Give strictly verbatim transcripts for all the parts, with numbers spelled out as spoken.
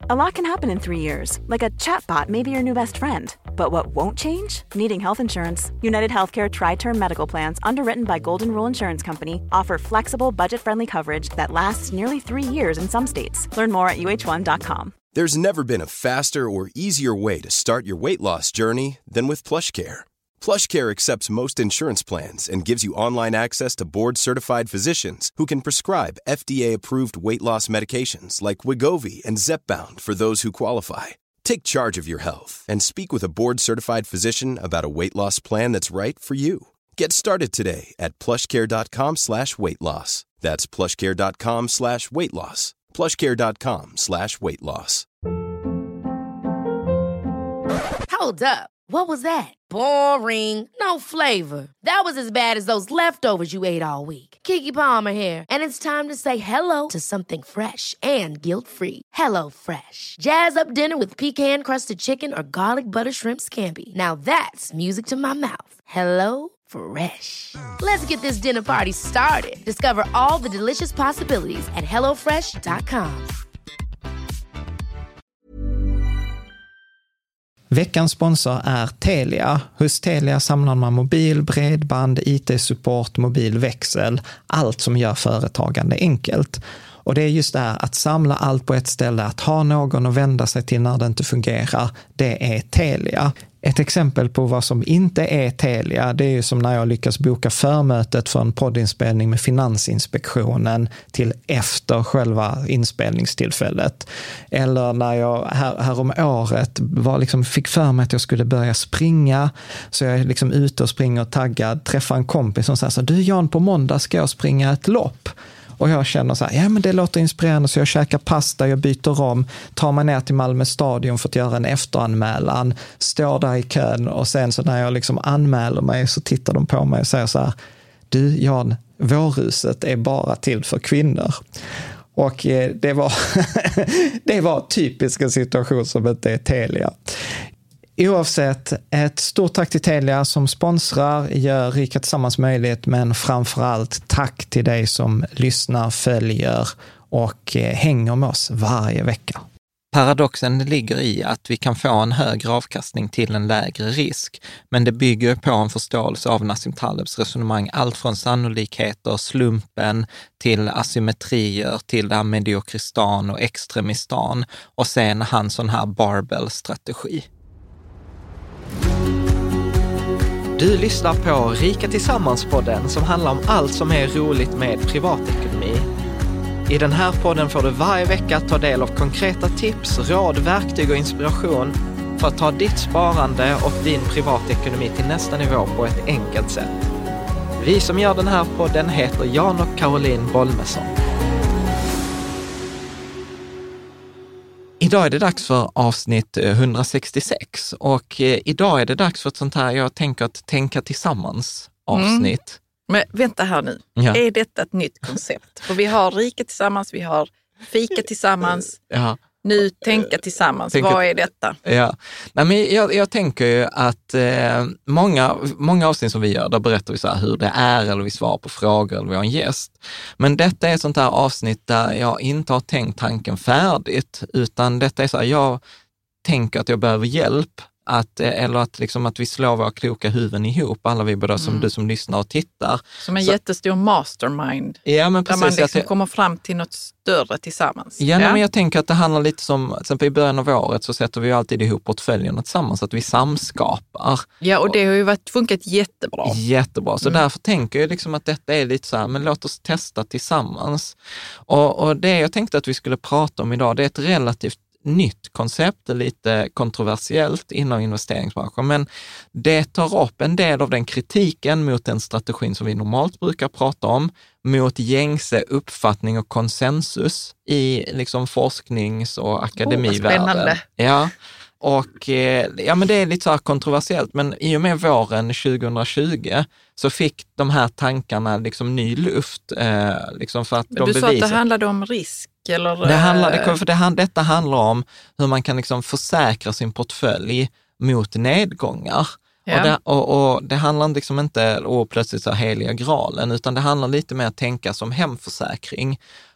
A lot can happen in three years, like a chatbot may be your new best friend. But what won't change? Needing health insurance. United Healthcare Tri-Term Medical Plans, underwritten by Golden Rule Insurance Company, offer flexible, budget-friendly coverage that lasts nearly three years in some states. Learn more at U H one dot com. There's never been a faster or easier way to start your weight loss journey than with PlushCare. PlushCare accepts most insurance plans and gives you online access to board-certified physicians who can prescribe F D A-approved weight loss medications like Wegovy and Zepbound for those who qualify. Take charge of your health and speak with a board-certified physician about a weight loss plan that's right for you. Get started today at plushcare.com slash weight loss. That's plushcare.com slash weight loss. plushcare.com slash weight loss. Hold up. What was that? Boring. No flavor. That was as bad as those leftovers you ate all week. Keke Palmer here, and it's time to say hello to something fresh and guilt-free. Hello Fresh. Jazz up dinner with pecan-crusted chicken or garlic butter shrimp scampi. Now that's music to my mouth. Hello Fresh. Let's get this dinner party started. Discover all the delicious possibilities at hello fresh dot com. Veckans sponsor är Telia. Hos Telia samlar man mobil, bredband, I T-support, mobilväxel, allt som gör företagande enkelt. Och det är just det här att samla allt på ett ställe, att ha någon att vända sig till när det inte fungerar, det är Telia. Ett exempel på vad som inte är Telia, det är ju som när jag lyckas boka förmötet för en poddinspelning med Finansinspektionen till efter själva inspelningstillfället. Eller när jag här, här om året var liksom, fick för mig att jag skulle börja springa, så jag är liksom ute och springer och taggad, träffar en kompis som säger så här, du Jan, på måndag ska jag springa ett lopp. Och jag känner så här, ja men det låter inspirerande, så jag käkar pasta, jag byter om, tar mig ner till Malmö stadion för att göra en efteranmälan, står där i kön, och sen så när jag liksom anmäler mig så tittar de på mig och säger så här, du Jan, vårhuset är bara till för kvinnor. Och det var det var typisk en situation som inte är Telia. Oavsett, ett stort tack till Telia som sponsrar, gör Rika Tillsammans möjligt, men framförallt tack till dig som lyssnar, följer och hänger med oss varje vecka. Paradoxen ligger i att vi kan få en högre avkastning till en lägre risk, men det bygger på en förståelse av Nassim Talebs resonemang, allt från sannolikheter, slumpen till asymmetrier, till det här mediokristan och extremistan, och sen hans sån här barbell-strategi. Du lyssnar på Rika Tillsammans-podden som handlar om allt som är roligt med privatekonomi. I den här podden får du varje vecka ta del av konkreta tips, råd, verktyg och inspiration för att ta ditt sparande och din privatekonomi till nästa nivå på ett enkelt sätt. Vi som gör den här podden heter Jan och Caroline Bolmesson. Idag är det dags för avsnitt etthundrasextiosex, och idag är det dags för ett sånt här, jag tänker att tänka tillsammans avsnitt. Mm. Men vänta här nu, ja. Är detta ett nytt koncept? För vi har Rika Tillsammans, vi har Fika Tillsammans, ja. Nu tänka tillsammans, tänka, vad är detta? Ja, Nej, men jag, jag tänker ju att eh, många, många avsnitt som vi gör, där berättar vi så här hur det är, eller vi svarar på frågor, eller vi har en gäst. Men detta är ett sånt här avsnitt där jag inte har tänkt tanken färdigt, utan detta är så här, jag tänker att jag behöver hjälp. Att, eller att, liksom, att vi slår våra kloka huvuden ihop, alla vi båda som mm. du som lyssnar och tittar. Som en så, jättestor mastermind. Ja, men precis, där man liksom jag, kommer fram till något större tillsammans. Ja, ja. Men jag tänker att det handlar lite som, till exempel i början av året så sätter vi alltid ihop portföljerna tillsammans, att vi samskapar. Ja, och det har ju varit, funkat jättebra. Jättebra, så mm. därför tänker jag liksom att detta är lite så här, men låt oss testa tillsammans. Och, och det jag tänkte att vi skulle prata om idag, det är ett relativt nytt koncept, lite kontroversiellt inom investeringsbranschen, men det tar upp en del av den kritiken mot den strategin som vi normalt brukar prata om, mot gängse uppfattning och konsensus i liksom forsknings- och akademivärlden. Oh, spännande. Ja. Och ja, men det är lite så här kontroversiellt, men i och med våren tjugohundratjugo så fick de här tankarna liksom ny luft. Eh, liksom för att men de du bevisar... sa att det handlade om risk? Eller... Det handlar, för det, detta handlar om hur man kan liksom försäkra sin portfölj mot nedgångar. Ja. Och, det, och, och det handlar liksom inte om plötsligt så heliga graalen, utan det handlar lite mer att tänka som hemförsäkring.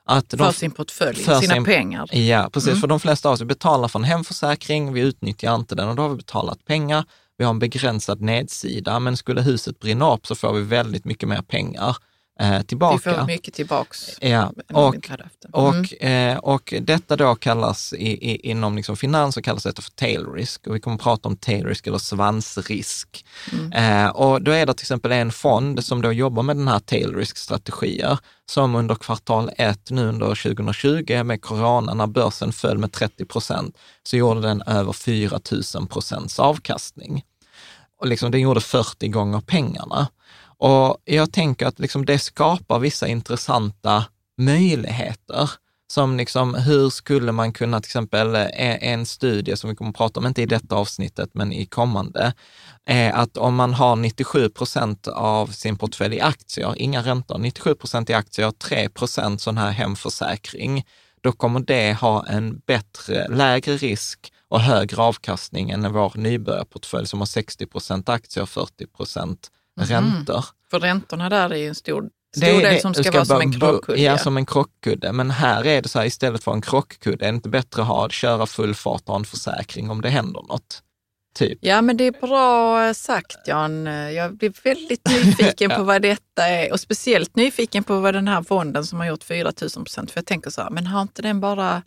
Att för de, sin portfölj, för sina sin, pengar. Ja, precis. Mm. För de flesta av oss betalar för en hemförsäkring, vi utnyttjar inte den och då har vi betalat pengar. Vi har en begränsad nedsida, men skulle huset brinna upp så får vi väldigt mycket mer pengar eh, tillbaka. Vi får mycket tillbaks. Ja, och, och, eh, och detta då kallas i, i, inom liksom finans så kallas detta för tail risk. Och vi kommer att prata om tail risk eller svansrisk. Mm. Eh, och då är det till exempel en fond som då jobbar med den här tail risk-strategier som under kvartal ett nu under tjugohundratjugo med corona när börsen föll med trettio procent så gjorde den över fyra tusen procents avkastning. Och liksom den gjorde fyrtio gånger pengarna. Och jag tänker att liksom det skapar vissa intressanta möjligheter som liksom hur skulle man kunna till exempel en studie som vi kommer att prata om, inte i detta avsnittet men i kommande, är att om man har nittiosju procent av sin portfölj i aktier, inga räntor, nittiosju procent i aktier, tre procent sån här hemförsäkring, då kommer det ha en bättre, lägre risk och högre avkastning än vår nybörjarportfölj som har sextio procent aktier och fyrtio procent räntor. Mm. För räntorna där är ju en stor, stor det, del som ska, ska vara som en krockkudde. Ja, som en krockkudde. Men här är det så här, istället för en krockkudde, är det inte bättre att ha, köra full fart och en försäkring om det händer något? Typ. Ja, men det är bra sagt, Jan. Jag blir väldigt nyfiken ja. på vad detta är. Och speciellt nyfiken på vad den här fonden som har gjort fyra tusen procent. För jag tänker så här, men har inte den bara...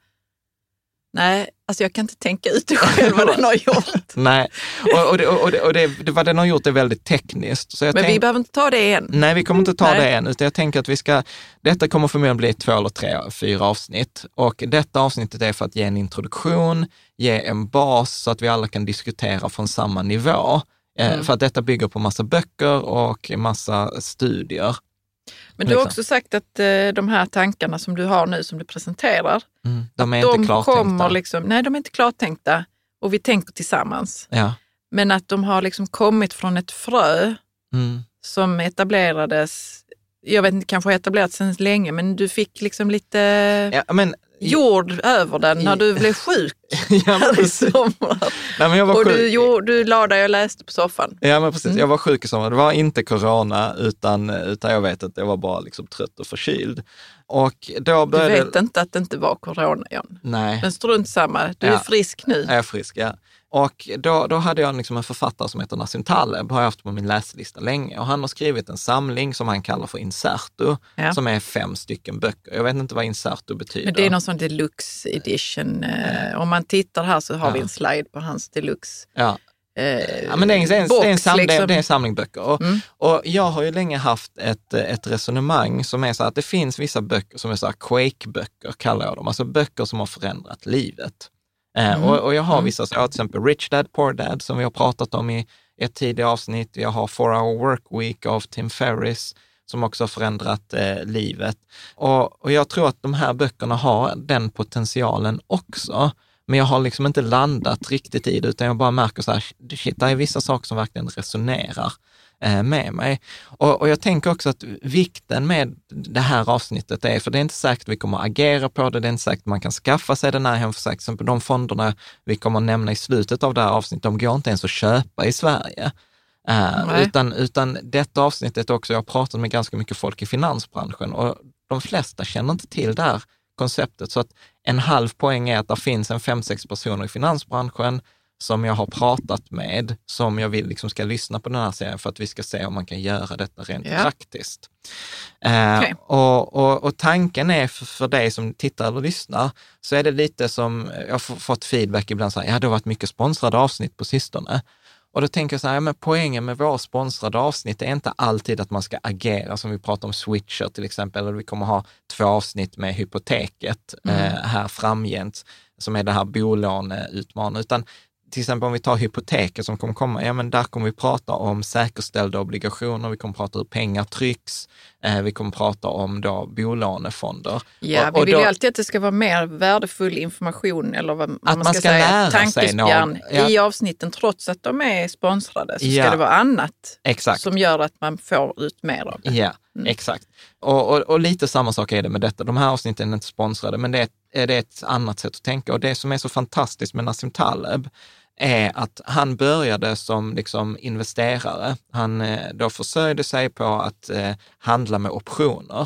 Nej, alltså jag kan inte tänka ut det själv vad den har gjort. Nej, och, och, det, och, det, och det, det, vad den har gjort är väldigt tekniskt. Så jag Men tänk, vi behöver inte ta det än. Nej, vi kommer inte ta nej. det än. Utan jag tänker att vi ska, detta kommer förmodligen bli två eller tre, fyra avsnitt. Och detta avsnittet är för att ge en introduktion, ge en bas så att vi alla kan diskutera från samma nivå. Mm. För att detta bygger på massa böcker och massa studier. Men du har också sagt att eh, de här tankarna som du har nu som du presenterar, mm, de är de inte klartänkta. Kommer liksom, nej, de är inte klartänkta och vi tänker tillsammans. Ja. Men att de har liksom kommit från ett frö mm. som etablerades, jag vet inte, kanske har etablerats sedan länge, men du fick liksom lite ja, men, jord över den när du blev sjuk ja, här i somras. Nej, men jag var och sjuk. du, jo, du la dig och läste på soffan. Ja, men precis. Mm. Jag var sjuk i sommar. Det var inte corona, utan, utan jag vet att jag var bara liksom trött och förkyld. Och då började... Du vet inte att det inte var corona, Jan. Nej. Men strunt samma. Du ja. är frisk nu. Jag är frisk, ja. Och då, då hade jag liksom en författare som heter Nassim Taleb, har jag haft på min läslista länge. Och han har skrivit en samling som han kallar för Inserto, ja. som är fem stycken böcker. Jag vet inte vad Inserto betyder. Men det är någon sån deluxe edition. Mm. Om man tittar här så har ja. vi en slide på hans deluxe. Ja. Eh, ja, men det är en, en, box, det är en, samling, liksom. det är en samling böcker. Och, mm. och jag har ju länge haft ett, ett resonemang som är så att det finns vissa böcker som är så här Quake-böcker, kallar jag dem. Alltså böcker som har förändrat livet. Mm. Och, och jag har vissa, så jag har till exempel Rich Dad, Poor Dad som vi har pratat om i ett tidigare avsnitt. Jag har four hour work week av Tim Ferriss som också har förändrat eh, livet. Och, och jag tror att de här böckerna har den potentialen också. Men jag har liksom inte landat riktigt i det, utan jag bara märker så här, shit, det är vissa saker som verkligen resonerar eh, med mig. Och, och jag tänker också att vikten med det här avsnittet är, för det är inte säkert att vi kommer att agera på det, det är inte säkert att man kan skaffa sig den här hemförsäkringen. De fonderna vi kommer att nämna i slutet av det här avsnittet, de går inte ens att köpa i Sverige. Uh, utan, utan detta avsnittet också, jag har pratat med ganska mycket folk i finansbranschen och de flesta känner inte till det här konceptet. Så att en halv poäng är att det finns en fem, sex personer i finansbranschen som jag har pratat med, som jag vill liksom ska lyssna på den här serien för att vi ska se om man kan göra detta rent yeah. praktiskt. Uh, okay. och, och, och tanken är för, för dig som tittar eller lyssnar, så är det lite som, jag har fått feedback ibland så här, ja det har varit mycket sponsrade avsnitt på sistone. Och då tänker jag så här, ja, men poängen med våra sponsrade avsnitt är inte alltid att man ska agera, som vi pratar om Switcher till exempel, eller vi kommer ha två avsnitt med hypoteket mm. eh, här framgent, som är det här bolåneutmaningen, utan till exempel om vi tar hypoteket som kommer komma, ja men där kommer vi prata om säkerställda obligationer, vi kommer prata hur pengar trycks, eh, vi kommer prata om då bolånefonder. Ja, och, och vi vill då, ju alltid att det ska vara mer värdefull information, eller vad, vad att man ska, ska ska säga, tankespjärn ja. i avsnitten, trots att de är sponsrade, så ja. ska det vara annat Exakt. som gör att man får ut mer av det. Ja, mm. exakt. Och, och, och lite samma sak är det med detta. De här avsnitten är inte sponsrade, men det är, är det ett annat sätt att tänka. Och det som är så fantastiskt med Nassim Taleb är att han började som liksom investerare. Han eh, då försörjde sig på att eh, handla med optioner.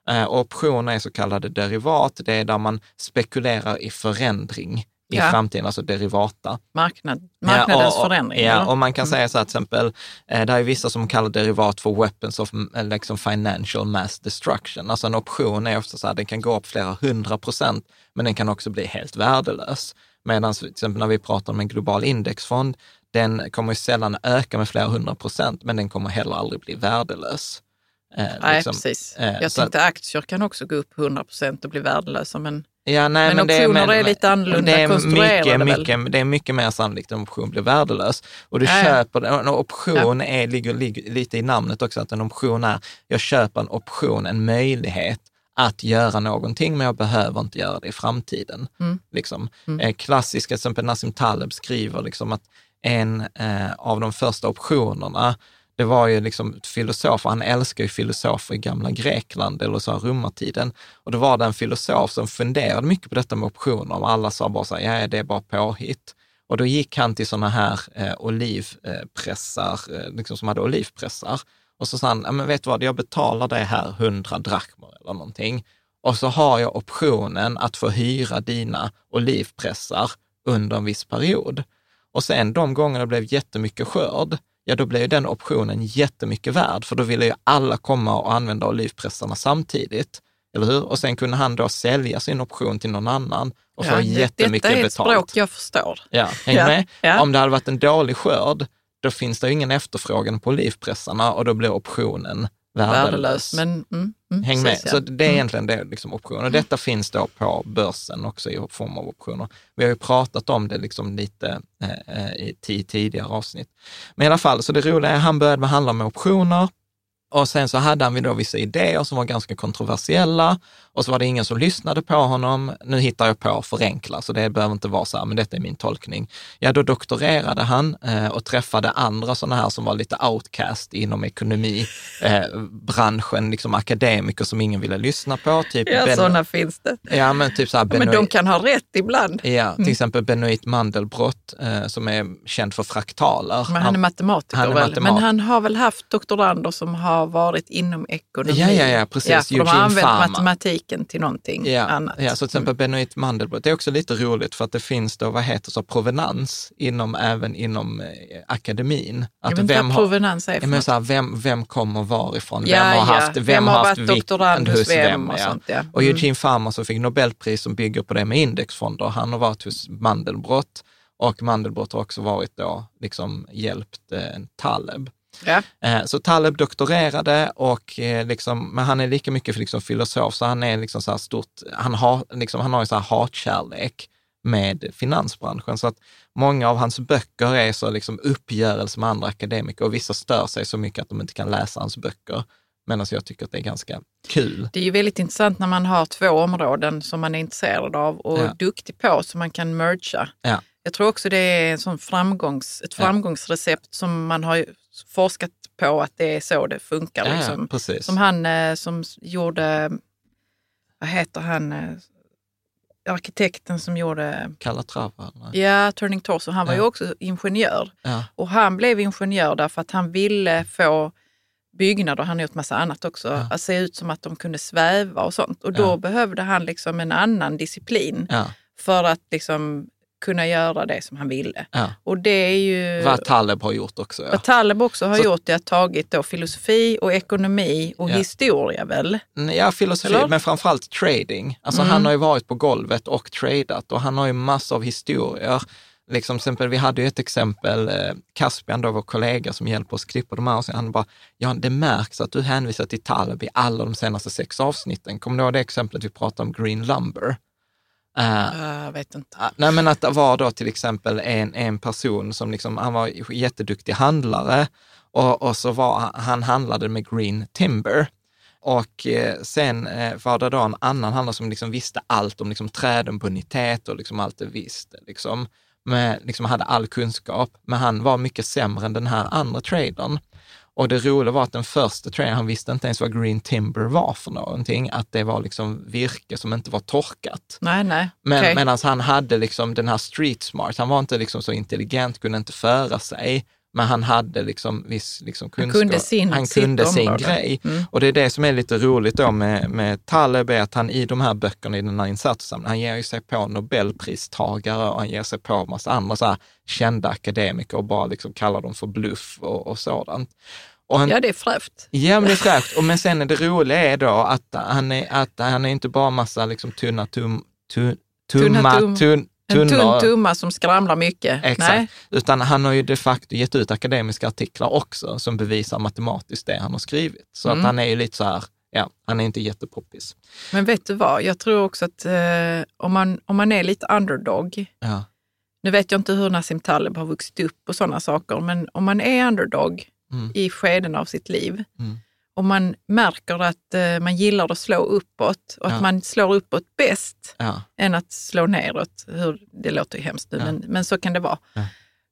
Eh, och optioner är så kallade derivat, det är där man spekulerar i förändring i ja. framtiden, alltså derivata. Marknad, marknadens ja, och, förändring. Ja, eller? och man kan mm. säga så här till exempel, eh, det är vissa som kallar derivat för weapons of liksom financial mass destruction. Alltså en option är ofta så här, den kan gå upp flera hundra procent, men den kan också bli helt värdelös. Medan till exempel när vi pratar om en global indexfond, den kommer ju sällan öka med flera hundra procent, men den kommer heller aldrig bli värdelös. Eh, nej, liksom, precis. Eh, Jag tänkte att aktier kan också gå upp hundra procent och bli värdelösa, men, ja, nej, men, men optioner det, men, är lite annorlunda det är konstruerade mycket, väl? mycket, det är mycket mer sannolikt att en option blir värdelös. Och du äh. köper, en option ja. är, ligger, ligger lite i namnet också, att en option är, jag köper en option, en möjlighet att göra någonting, men jag behöver inte göra det i framtiden. Mm. Liksom. Mm. Eh, klassiska, till exempel Nassim Taleb skriver liksom att en eh, av de första optionerna, det var ju liksom filosofer, han älskar ju filosofer i gamla Grekland eller så här romartiden. Och det var det en filosof som funderade mycket på detta med optioner och alla sa bara så här, ja det är bara påhitt. Och då gick han till sådana här eh, olivpressar, eh, liksom som hade olivpressar. Och så sa han, ja men vet du vad, jag betalar det här hundra drakmer eller någonting. Och så har jag optionen att få hyra dina olivpressar under en viss period. Och sen de gångerna det blev jättemycket skörd, ja då blev ju den optionen jättemycket värd, för då ville ju alla komma och använda olivpressarna samtidigt, eller hur? Och sen kunde han då sälja sin option till någon annan och få ja, jättemycket betalt. Detta är ett språk jag förstår. Ja, häng ja, med. Ja. Om det hade varit en dålig skörd, då finns det ju ingen efterfrågan på olivpressarna och då blir optionen värdelös. värdelös. Men, mm, mm, häng med. Precis, så ja. det är egentligen det liksom optioner. Och detta finns då på börsen också i form av optioner. Vi har ju pratat om det liksom lite eh, i t- tidigare avsnitt. Men i alla fall, så det roliga är att han började med handla med optioner. Och sen så hade han då vissa idéer som var ganska kontroversiella och så var det ingen som lyssnade på honom. Nu hittar jag på att förenkla, så det behöver inte vara så här, men detta är min tolkning. Ja, då doktorerade han eh, och träffade andra sådana här som var lite outcast inom ekonomibranschen, eh, liksom akademiker som ingen ville lyssna på. Typ ja, ben- sådana finns det. Ja, men typ så här Benoit- Men de kan ha rätt ibland. Ja, till exempel Benoit Mandelbrot eh, som är känd för fraktaler. Men han är matematiker han är väl? matematiker. Men han har väl haft doktorander som har varit inom ekonomi. Ja, ja, ja, precis. Ja, för de har använt Pharma. matematiken till någonting ja, annat. Ja, så till exempel Benoit Mandelbrot. Det är också lite roligt för att det finns då, vad heter så, provenans inom, även inom eh, akademin. Att jag vet inte vad provenans är för något. Så här, vem, vem kommer varifrån? Ja, vem har ja. haft, vem vem har har varit haft doktorand hos vem, vem och ja. sånt. Ja. Mm. Och Eugene Pharma som fick Nobelpris som bygger på det med indexfonder. Han har varit hos Mandelbrot och Mandelbrot har också varit då liksom hjälpt eh, Taleb. Ja. Så Taleb doktorerade och liksom, men han är lika mycket för liksom filosof, så han är liksom så här stort, han har liksom, han har ju så här hatkärlek med finansbranschen, så att många av hans böcker är så liksom uppgörelse med andra akademiker och vissa stör sig så mycket att de inte kan läsa hans böcker. Men alltså jag tycker att det är ganska kul. Det är ju väldigt intressant när man har två områden som man är intresserad av och ja. duktig på som man kan mergea. Ja. Jag tror också det är en sån framgångs, ett framgångsrecept ja. som man har forskat på att det är så det funkar. Ja, liksom. precis. Som han som gjorde, vad heter han, arkitekten som gjorde Calatrava. Ja, Turning Torso. Han var ja. ju också ingenjör. Ja. Och han blev ingenjör därför att han ville få byggnader, han har gjort massa annat också, ja. att se ut som att de kunde sväva och sånt. Och då ja. behövde han liksom en annan disciplin ja. för att liksom kunna göra det som han ville. Ja. Och det är ju... Vad Taleb har gjort också. Ja. Vad Taleb också har Så... gjort är att tagit då filosofi och ekonomi och ja. historia väl? Ja, filosofi, Eller? men framförallt trading. Alltså mm. han har ju varit på golvet och tradat och han har ju massor av historier. Liksom, exempel, vi hade ju ett exempel, eh, Caspian då, vår kollega som hjälper oss klippa de här, och han bara, ja det märks att du hänvisar till Taleb i alla de senaste sex avsnitten. Kommer du ihåg det exemplet vi pratade om Green Lumber? Uh, jag vet inte. Uh, nej, men att det var då till exempel en, en person som liksom, han var jätteduktig handlare och, och så var han handlade med green timber. Och eh, sen eh, var det då en annan handlare som liksom visste allt om liksom trädenbonitet och liksom allt det visste. Liksom, med, liksom hade all kunskap, men han var mycket sämre än den här andra tradern. Och det roliga var att den första tradern, han visste inte ens vad green timber var för någonting, att det var liksom virke som inte var torkat. Nej, nej. Men okay. medan han hade liksom den här street smart, han var inte liksom så intelligent, kunde inte föra sig, men han hade liksom viss liksom kunskap. Han kunde sin, han kunde sin område. grej. Mm. Och det är det som är lite roligt då med, med Taleb, är att han i de här böckerna, i den här insatssamlingen, han ger ju sig på Nobelpristagare och han ger sig på en massa andra så här kända akademiker och bara liksom kallar dem för bluff och, och sådant. Och han, ja, det är frävt. Ja, men det är frävt. Och men sen är det roliga är då att han är, att han är inte bara massa liksom tunna tum, tu, tumma, Tunna tum. tun, En tunna, tunn tumma som skramlar mycket. exakt. Nej. Utan han har ju de facto gett ut akademiska artiklar också som bevisar matematiskt det han har skrivit. Så Mm. att han är ju lite så här, ja, han är inte jättepoppis. Men vet du vad, jag tror också att eh, om, man, om man är lite underdog, Ja, nu vet jag inte hur Nassim Taleb har vuxit upp och sådana saker, men om man är underdog mm. i skeden av sitt liv, Mm. och man märker att eh, man gillar att slå uppåt och att Ja. man slår uppåt bäst ja, än att slå neråt, hur, det låter ju hemskt nu, Ja. men, men så kan det vara. Ja.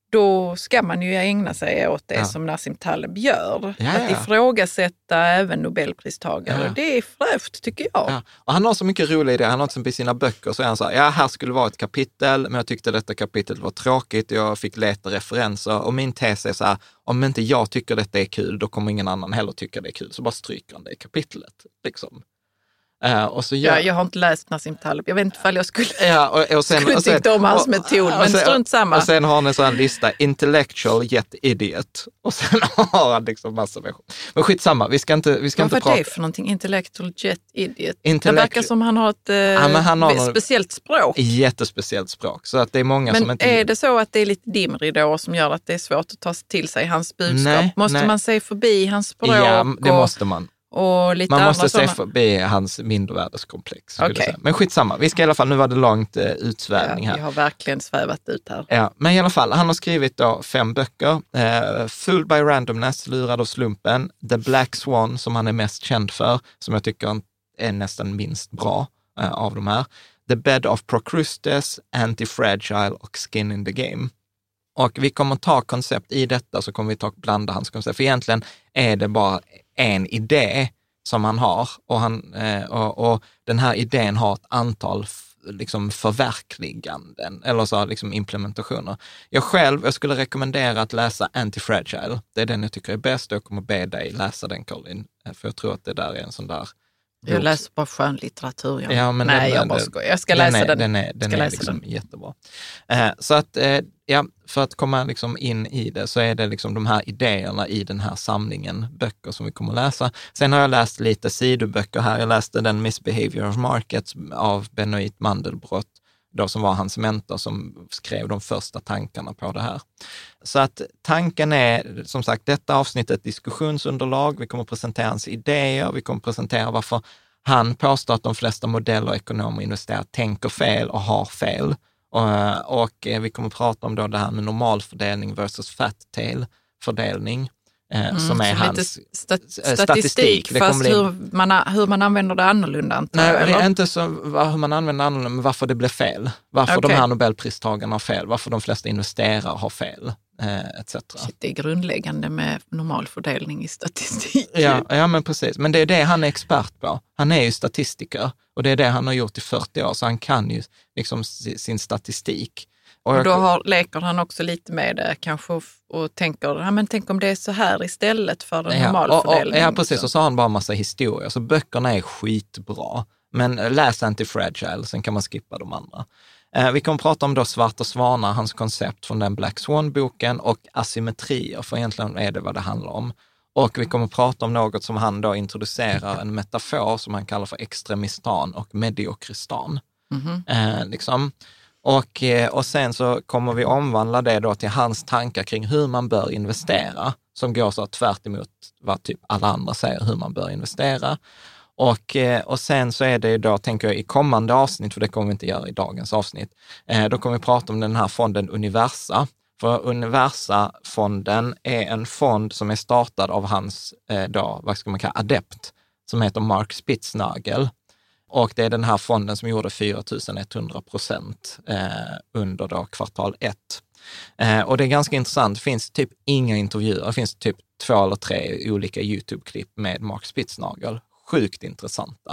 Då ska man ju ägna sig åt det Ja. som Nassim Taleb gör. Ja, att ja. ifrågasätta även Nobelpristagare. Ja. Det är frävt tycker jag. ja. Och han har så mycket roliga idéer. Han har till exempel i sina böcker så är han så här, ja, här skulle vara ett kapitel, men jag tyckte detta kapitel var tråkigt. Jag fick leta referenser och min tes är så här, om inte jag tycker detta är kul, då kommer ingen annan heller tycka det är kul. Så bara stryker han det i kapitlet, liksom. Uh, och så gör... Ja, jag har inte läst Nassim Taleb. Jag vet inte ifall jag skulle, Ja, och, och sen, skulle och sen, tycka om hans och- metod, och men sen- strunt samma. Och sen har han en sån här lista, intellectual yet idiot. Och sen har han liksom massa människor. Men skitsamma, vi ska inte, vi ska Vad inte var det prata... för någonting? Intellectual jet idiot. Intellect- Det verkar som han har ett eh, men han har någon- speciellt språk. Jättespeciellt språk. Så att det är många Men som inte... är det så att det är lite dimridåer som gör att det är svårt att ta till sig hans budskap? Nej, måste nej. man se förbi hans språk Ja, det och, måste man. och lite Man andra måste se sådana? förbi hans mindervärdeskomplex. skulle jag Okej. säga. Men skitsamma, vi ska i alla fall, nu var det långt eh, utsvävning Ja, här. vi har verkligen svävat ut här. Ja, men i alla fall, han har skrivit då fem böcker. Eh, Fooled by randomness, lurad av slumpen. The Black Swan, som han är mest känd för, som jag tycker är nästan minst bra eh, av de här. The Bed of Procrustes, Anti-Fragile och Skin in the Game. Och vi kommer ta koncept i detta, så kommer vi ta blanda hans koncept. För egentligen är det bara en idé som han har. Och, han, eh, och, och den här idén har ett antal f- liksom förverkliganden, eller så liksom implementationer. Jag själv, jag skulle rekommendera att läsa Anti-Fragile. Det är den jag tycker är bäst och jag kommer be dig läsa den, Colin. För jag tror att det där är en sån där... Jag läser bara skönlitteratur. Jag. Ja, men Nej, den, jag bara den, skojar. Jag ska den läsa är, den. Den är, den Ska är läsa liksom den. jättebra. Eh, så att, eh, ja, för att komma liksom in i det så är det liksom de här idéerna i den här samlingen böcker som vi kommer att läsa. Sen har jag läst lite sidoböcker här. Jag läste den Misbehavior of Markets av Benoit Mandelbrot, då som var hans mentor som skrev de första tankarna på det här. Så att tanken är, som sagt, detta avsnittet diskussionsunderlag. Vi kommer att presentera hans idéer. Vi kommer att presentera varför han påstår att de flesta modeller, ekonomer och investerare tänker fel och har fel. Och, och vi kommer att prata om då det här med normalfördelning versus fat-tail-fördelning. Mm, som är så hans lite sta- statistik. statistik, Det fast kommer bli- hur man, hur man använder det annorlunda antar jag, Nej, det eller? är inte så hur man använder annorlunda, men varför det blir fel. Varför Okej. de här Nobelpristagarna har fel. Varför de flesta investerare har fel, eh, et cetera. Shit, det är grundläggande med normalfördelning i statistik. Ja, ja, men precis. Men det är det han är expert på. Han är ju statistiker och det är det han har gjort i fyrtio år, så han kan ju liksom sin statistik. Och Och jag- då har, leker han också lite med det kanske och, och tänker, ja, men tänk om det är så här istället för en Ja, normal och, och, fördelning. ja, precis. Så. Och så har han bara en massa historier. Så böckerna är skitbra. Men läs Anti-Fragile, sen kan man skippa de andra. Eh, vi kommer att prata om då Svarta svanar, hans koncept från den Black Swan-boken, och asymmetrier, för egentligen är det vad det handlar om. Och vi kommer att prata om något som han då introducerar, en metafor som han kallar för extremistan och mediokristan. Mhm. Eh, liksom. Och, eh, och sen så kommer vi omvandla det då till hans tankar kring hur man bör investera, som går så tvärt emot vad typ alla andra säger hur man bör investera. Och, eh, och sen så är det då, tänker jag, i kommande avsnitt, för det kommer vi inte göra i dagens avsnitt, eh, då kommer vi prata om den här fonden Universa. För Universa-fonden är en fond som är startad av hans, eh, då, vad ska man kalla, adept, som heter Mark Spitznagel. Och det är den här fonden som gjorde fyra tusen etthundra procent eh, under då kvartal ett. Eh, och det är ganska intressant, det finns typ inga intervjuer, det finns typ två eller tre olika YouTube-klipp med Mark Spitznagel. Sjukt intressanta.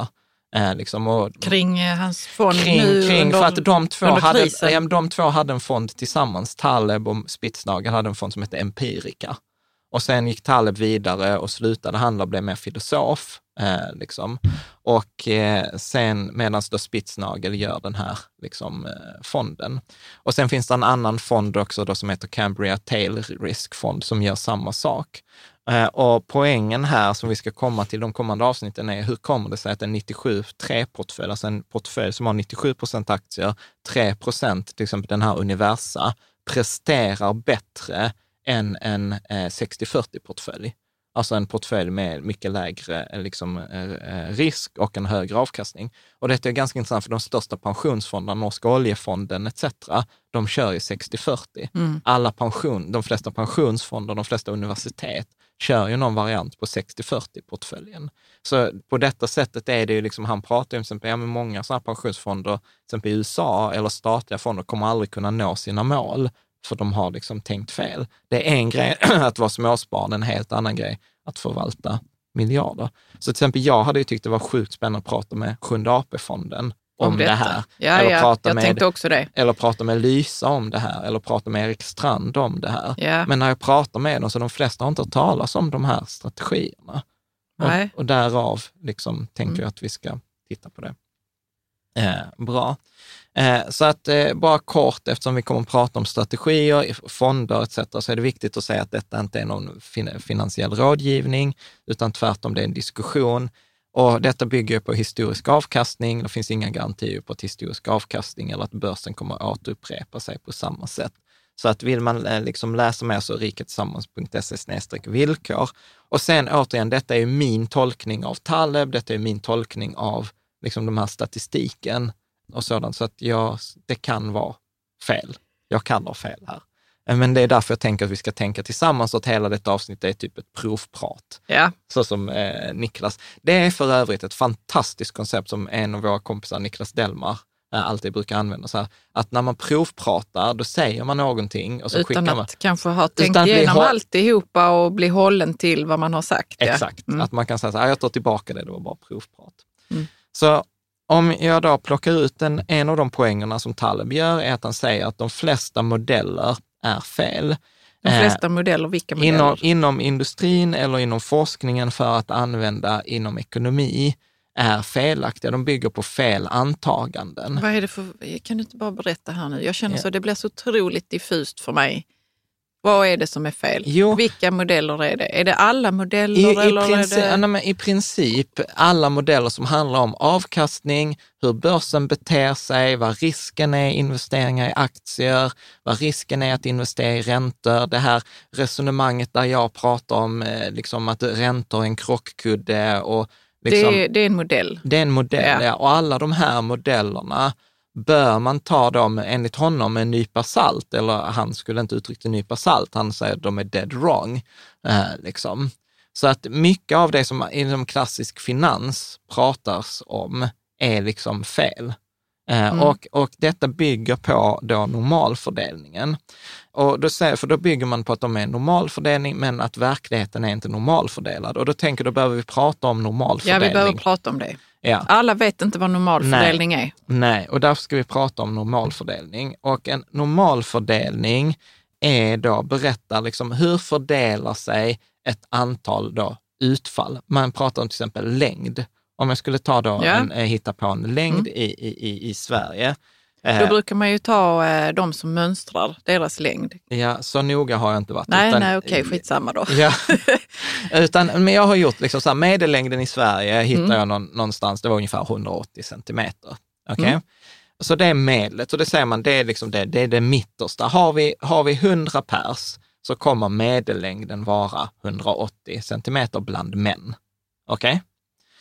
Eh, liksom, och, kring eh, hans fond kring, nu kring, under, för att de två, hade, ja, de två hade en fond tillsammans. Taleb och Spitznagel hade en fond som hette Empirica. Och sen gick Taleb vidare och slutade handla och blev mer filosof. Eh, liksom. Och eh, sen medan då Spitznagel gör den här liksom, eh, fonden. Och sen finns det en annan fond också då som heter Cambria Tail Risk Fond som gör samma sak. Eh, och poängen här som vi ska komma till de kommande avsnitten är hur kommer det sig att en nittiosju tre-portfölj, alltså en portfölj som har nittiosju procent aktier, tre procent till exempel den här Universa, presterar bättre än en eh, sextio fyrtio-portfölj. Alltså en portfölj med mycket lägre liksom, eh, risk och en högre avkastning. Och detta är ganska intressant för de största pensionsfonderna, Norska oljefonden et cetera, de kör ju sextio fyrtio. Mm. Alla pension, de flesta pensionsfonder, de flesta universitet kör ju någon variant på sextio fyrtio-portföljen. Så på detta sättet är det ju liksom, han pratar ju om exempel, ja, med många sådana pensionsfonder, till exempel i U S A eller statliga fonder kommer aldrig kunna nå sina mål. För de har liksom tänkt fel. Det är en grej att vara småsparare, en helt annan grej att förvalta miljarder. Så till exempel jag hade ju tyckt det var sjukt spännande att prata med Sjunde A P-fonden om, om det här. Ja, eller ja. prata jag med, tänkte också det. Eller prata med Lysa om det här. Eller prata med Erik Strand om det här. Ja. Men när jag pratar med dem så de flesta har inte hört talas om de här strategierna. Nej. Och, och därav liksom tänker mm. jag att vi ska titta på det. Eh, bra. Eh, så att eh, bara kort, eftersom vi kommer att prata om strategier, fonder et cetera, så är det viktigt att säga att detta inte är någon fin- finansiell rådgivning, utan tvärtom det är en diskussion. Och detta bygger på historisk avkastning. Det finns inga garantier på att historisk avkastning eller att börsen kommer att återupprepa sig på samma sätt. Så att vill man eh, liksom läsa mer så riketillsammans punkt se snedstreck villkor. Och sen återigen, detta är ju min tolkning av Taleb, detta är min tolkning av liksom de här statistiken och sådant, så att jag, det kan vara fel. Jag kan ha fel här. Men det är därför jag tänker att vi ska tänka tillsammans och att hela detta avsnitt är typ ett provprat. Ja. Så som eh, Niklas. Det är för övrigt ett fantastiskt koncept som en av våra kompisar, Niklas Delmar, eh, alltid brukar använda. Så här, att när man provpratar, då säger man någonting och så utan skickar man. Utan att kanske ha tänkt igenom hå- alltihopa och bli hållen till vad man har sagt. Exakt. Ja. Mm. Att man kan säga så här, jag tar tillbaka det, det var bara provprat. Mm. Så om jag då plockar ut en, en av de poängerna som Taleb gör är att han säger att de flesta modeller är fel. De flesta eh, modeller, vilka modeller? Inom, inom industrin eller inom forskningen för att använda inom ekonomi är felaktiga. De bygger på fel antaganden. Vad är det för, kan du inte bara berätta här nu? Jag känner ja. så det blir så otroligt diffust för mig. Vad är det som är fel? Jo. Vilka modeller är det? Är det alla modeller? I, eller i, princip, är det... nej, men i princip alla modeller som handlar om avkastning, hur börsen beter sig, vad risken är i investeringar i aktier, vad risken är att investera i räntor. Det här resonemanget där jag pratar om liksom att räntor är en krockkudde. Och liksom, det, det är en modell. Det är en modell, ja. ja. Och alla de här modellerna bör man ta dem enligt honom med en nypa salt, eller han skulle inte uttrycka en nypa salt, han säger att de är dead wrong. Eh, liksom. Så att mycket av det som inom klassisk finans pratas om är liksom fel. Eh, mm. och, och detta bygger på då normalfördelningen. Och då, säger, för då bygger man på att de är normalfördelning, men att verkligheten är inte normalfördelad. Och då tänker då behöver vi prata om normalfördelning. Ja, vi behöver prata om det. Ja. Alla vet inte vad normalfördelning Nej. är. Nej, och därför ska vi prata om normalfördelning. Och en normalfördelning är då, berättar liksom hur fördelar sig ett antal då utfall. Man pratar om till exempel längd. Om jag skulle ta då ja. en, hitta på en längd mm. i, i, i Sverige. Då brukar man ju ta eh, de som mönstrar, deras längd. Ja, så noga har jag inte varit. Nej, utan, nej, okej, skitsamma då. Ja, utan, men jag har gjort liksom så här, medellängden i Sverige hittar mm. jag någon, någonstans, det var ungefär hundraåttio centimeter. Okej? Okay? Mm. Så det är medlet, och det säger man, det är liksom det, det är det mittersta. Har vi, har vi hundra pers så kommer medellängden vara hundraåttio centimeter bland män. Okej? Okay?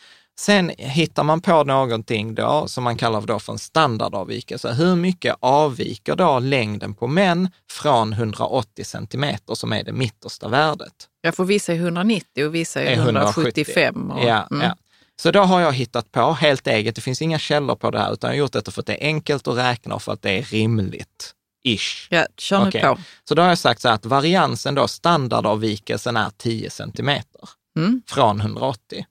Sen hittar man på någonting då som man kallar då för en standardavvikelse. Hur mycket avviker då längden på män från hundraåttio centimeter som är det mittersta värdet? Jag får vissa är hundranittio och vissa är hundrasjuttiofem. Och, ja, mm. ja. Så då har jag hittat på helt eget. Det finns inga källor på det här, utan jag har gjort detta för att det är enkelt att räkna och för att det är rimligt. Ish. Ja, kör nu okay. på. Så då har jag sagt så här att variansen då, standardavvikelsen är tio centimeter mm. från hundraåttio.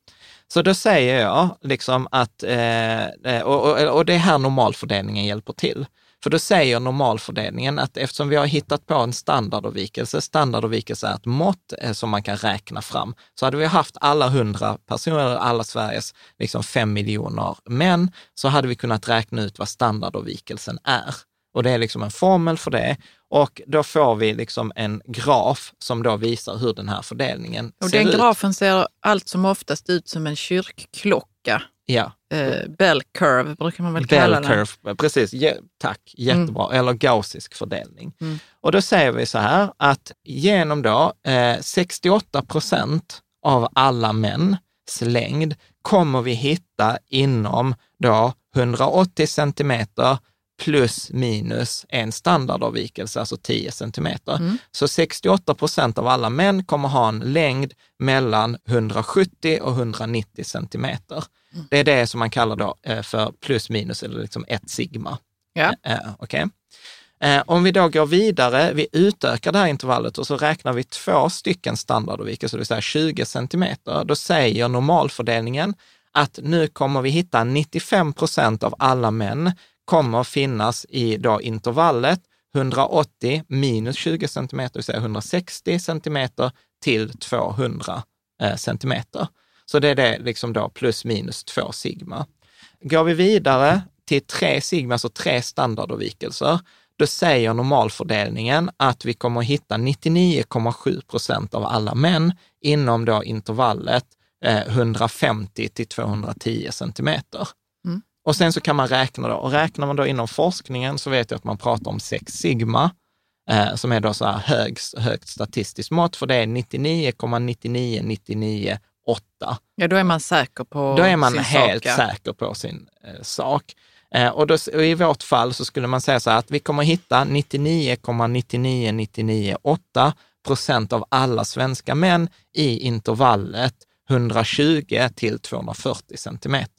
Så då säger jag liksom att, eh, och, och, och det är här normalfördelningen hjälper till. För då säger normalfördelningen att eftersom vi har hittat på en standardavvikelse, standardavvikelse är ett mått eh, som man kan räkna fram. Så hade vi haft alla hundra personer, alla Sveriges liksom fem miljoner män, så hade vi kunnat räkna ut vad standardavvikelsen är. Och det är liksom en formel för det. Och då får vi liksom en graf som då visar hur den här fördelningen och ser ut. Och den grafen ser allt som oftast ut som en kyrkklocka. Ja. Eh, bell curve brukar man väl bell kalla den. Curve, precis. Ja, tack, jättebra. Mm. Eller gaussisk fördelning. Mm. Och då säger vi så här att genom då eh, sextioåtta procent av alla mäns längd kommer vi hitta inom då hundraåttio centimeter plus minus en standardavvikelse, alltså tio centimeter. Mm. Så sextioåtta procent av alla män kommer ha en längd mellan hundrasjuttio och hundranittio centimeter. Mm. Det är det som man kallar då för plus minus eller liksom ett sigma. Ja. Eh, Okej. Okay. Eh, om vi då går vidare, vi utökar det här intervallet och så räknar vi två stycken standardavvikelser, det vill säga tjugo centimeter. Då säger normalfördelningen att nu kommer vi hitta nittiofem procent av alla män kommer att finnas i då intervallet hundraåttio minus tjugo centimeter, det vill säga hundrasextio centimeter till tvåhundra eh, centimeter. Så det är det liksom då plus minus två sigma. Går vi vidare till tre sigma, alltså tre standardavvikelser, då säger normalfördelningen att vi kommer att hitta nittionio komma sju procent av alla män inom då intervallet eh, hundrafemtio till tvåhundratio centimeter. Mm. Och sen så kan man räkna då, och räknar man då inom forskningen så vet jag att man pratar om sex sigma, eh, som är då så här hög, högt statistiskt mått, för det är nittionio komma nittionio nittionio åtta. Ja, då är man säker på Då är man sin helt sak, ja. säker på sin eh, sak. Eh, och, då, och i vårt fall så skulle man säga så här att vi kommer hitta nittionio komma nittionio nittionio åtta procent av alla svenska män i intervallet hundratjugo till tvåhundrafyrtio centimeter.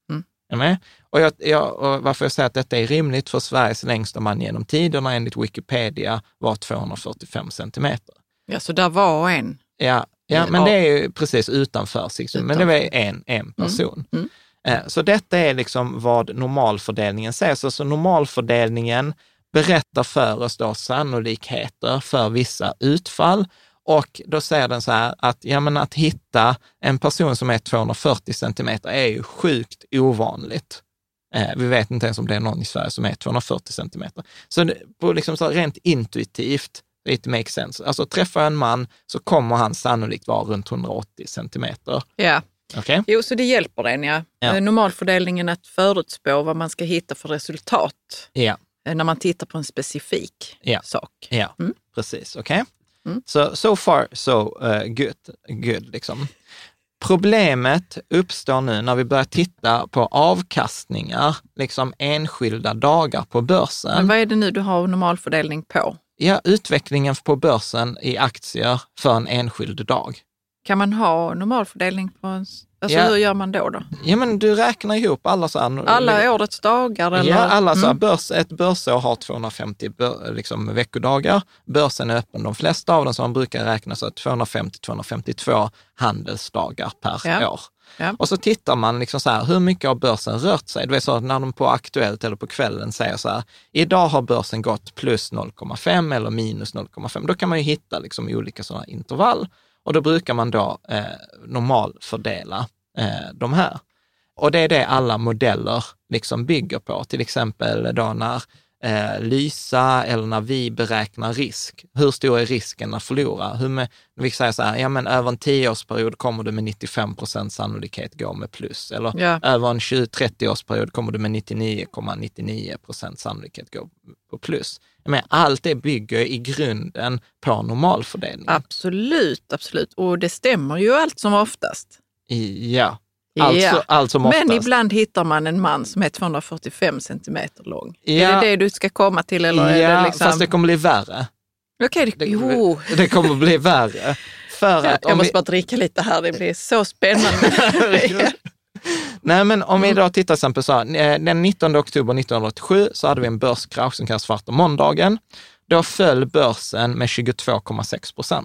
Med? Och, jag, jag, och varför jag säger att detta är rimligt, för Sveriges längsta man genom tiderna enligt Wikipedia var tvåhundrafyrtiofem centimeter. Ja, så där var en. Ja, ja men det är ju precis utanför sig, men det var en, en person. Mm. Mm. Så detta är liksom vad normalfördelningen säger. Så, så normalfördelningen berättar för oss då sannolikheter för vissa utfall. Och då säger den så här att, ja, men att hitta en person som är tvåhundrafyrtio centimeter är ju sjukt ovanligt. Eh, vi vet inte ens om det är någon i Sverige som är tvåhundrafyrtio centimeter. Så det, på liksom så rent intuitivt, it makes sense. Alltså träffar jag en man så kommer han sannolikt vara runt hundraåttio centimeter. Ja. Okay. Jo, så det hjälper en, ja. ja. Normalfördelningen att förutspå vad man ska hitta för resultat. Ja. När man tittar på en specifik ja. sak. Ja, mm. precis. Okej. Okay. Mm. Så so, so far so uh, good, good liksom. Problemet uppstår nu när vi börjar titta på avkastningar, liksom enskilda dagar på börsen. Men vad är det nu du har normalfördelning på? Ja, utvecklingen på börsen i aktier för en enskild dag. Kan man ha normalfördelning på en... Alltså ja. hur gör man då då? Ja, men du räknar ihop alla så här... Alla årets dagar eller? Ja, alla så här, mm. börs, ett börsår har tvåhundrafemtio bör, liksom, veckodagar. Börsen är öppen de flesta av dem, som man brukar räkna så tvåhundrafemtio till tvåhundrafemtiotvå handelsdagar per ja. år. Ja. Och så tittar man liksom så här, hur mycket har börsen rört sig? Du vet så när de på Aktuellt eller på kvällen säger så här, idag har börsen gått plus noll komma fem eller minus noll komma fem. Då kan man ju hitta liksom olika sådana intervall. Och då brukar man då eh, normalfördela eh, de här. Och det är det alla modeller liksom bygger på. Till exempel då när eh, Lysa eller när vi beräknar risk. Hur stor är risken att förlora? Hur med, vi säger så här, ja men över en tioårsperiod kommer du med nittiofem procent sannolikhet gå med plus. Eller ja. över en tjugo-trettio-årsperiod kommer du med nittionio komma nittionio procent sannolikhet gå på plus. Men allt det bygger i grunden på normalfördelning. Absolut, absolut. Och det stämmer ju allt som oftast. Ja, alltså, ja. allt som oftast. Men ibland hittar man en man som är tvåhundrafyrtiofem centimeter lång. Ja. Är det det du ska komma till? Eller ja, är det liksom... fast det kommer bli värre. Okej, det... jo. Det kommer bli värre. För ja, att om jag måste vi... bara dricka lite här, det blir så spännande. Nej, men om vi då tittar till exempel så här, den nittonde oktober nittonhundraåttiosju så hade vi en börskrasch som kallas svarta måndagen. Då föll börsen med tjugotvå komma sex procent.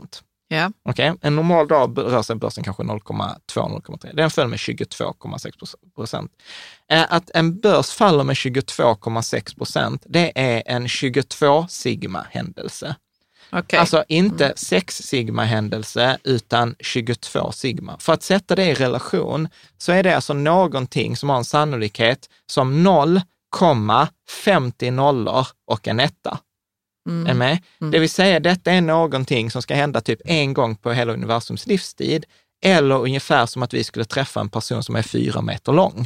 Ja. Okay? En normal dag rör sig börsen kanske noll komma två till noll komma tre. Den föll med tjugotvå komma sex procent. Att en börs faller med tjugotvå komma sex procent, det är en tjugotvå sigma-händelse. Okay. Alltså inte mm. sex sigma-händelse utan tjugotvå sigma. För att sätta det i relation så är det alltså någonting som har en sannolikhet som noll komma femtio nollor och en etta. Mm. Är med? Mm. Det vill säga detta är någonting som ska hända typ en gång på hela universums livstid, eller ungefär som att vi skulle träffa en person som är fyra meter lång.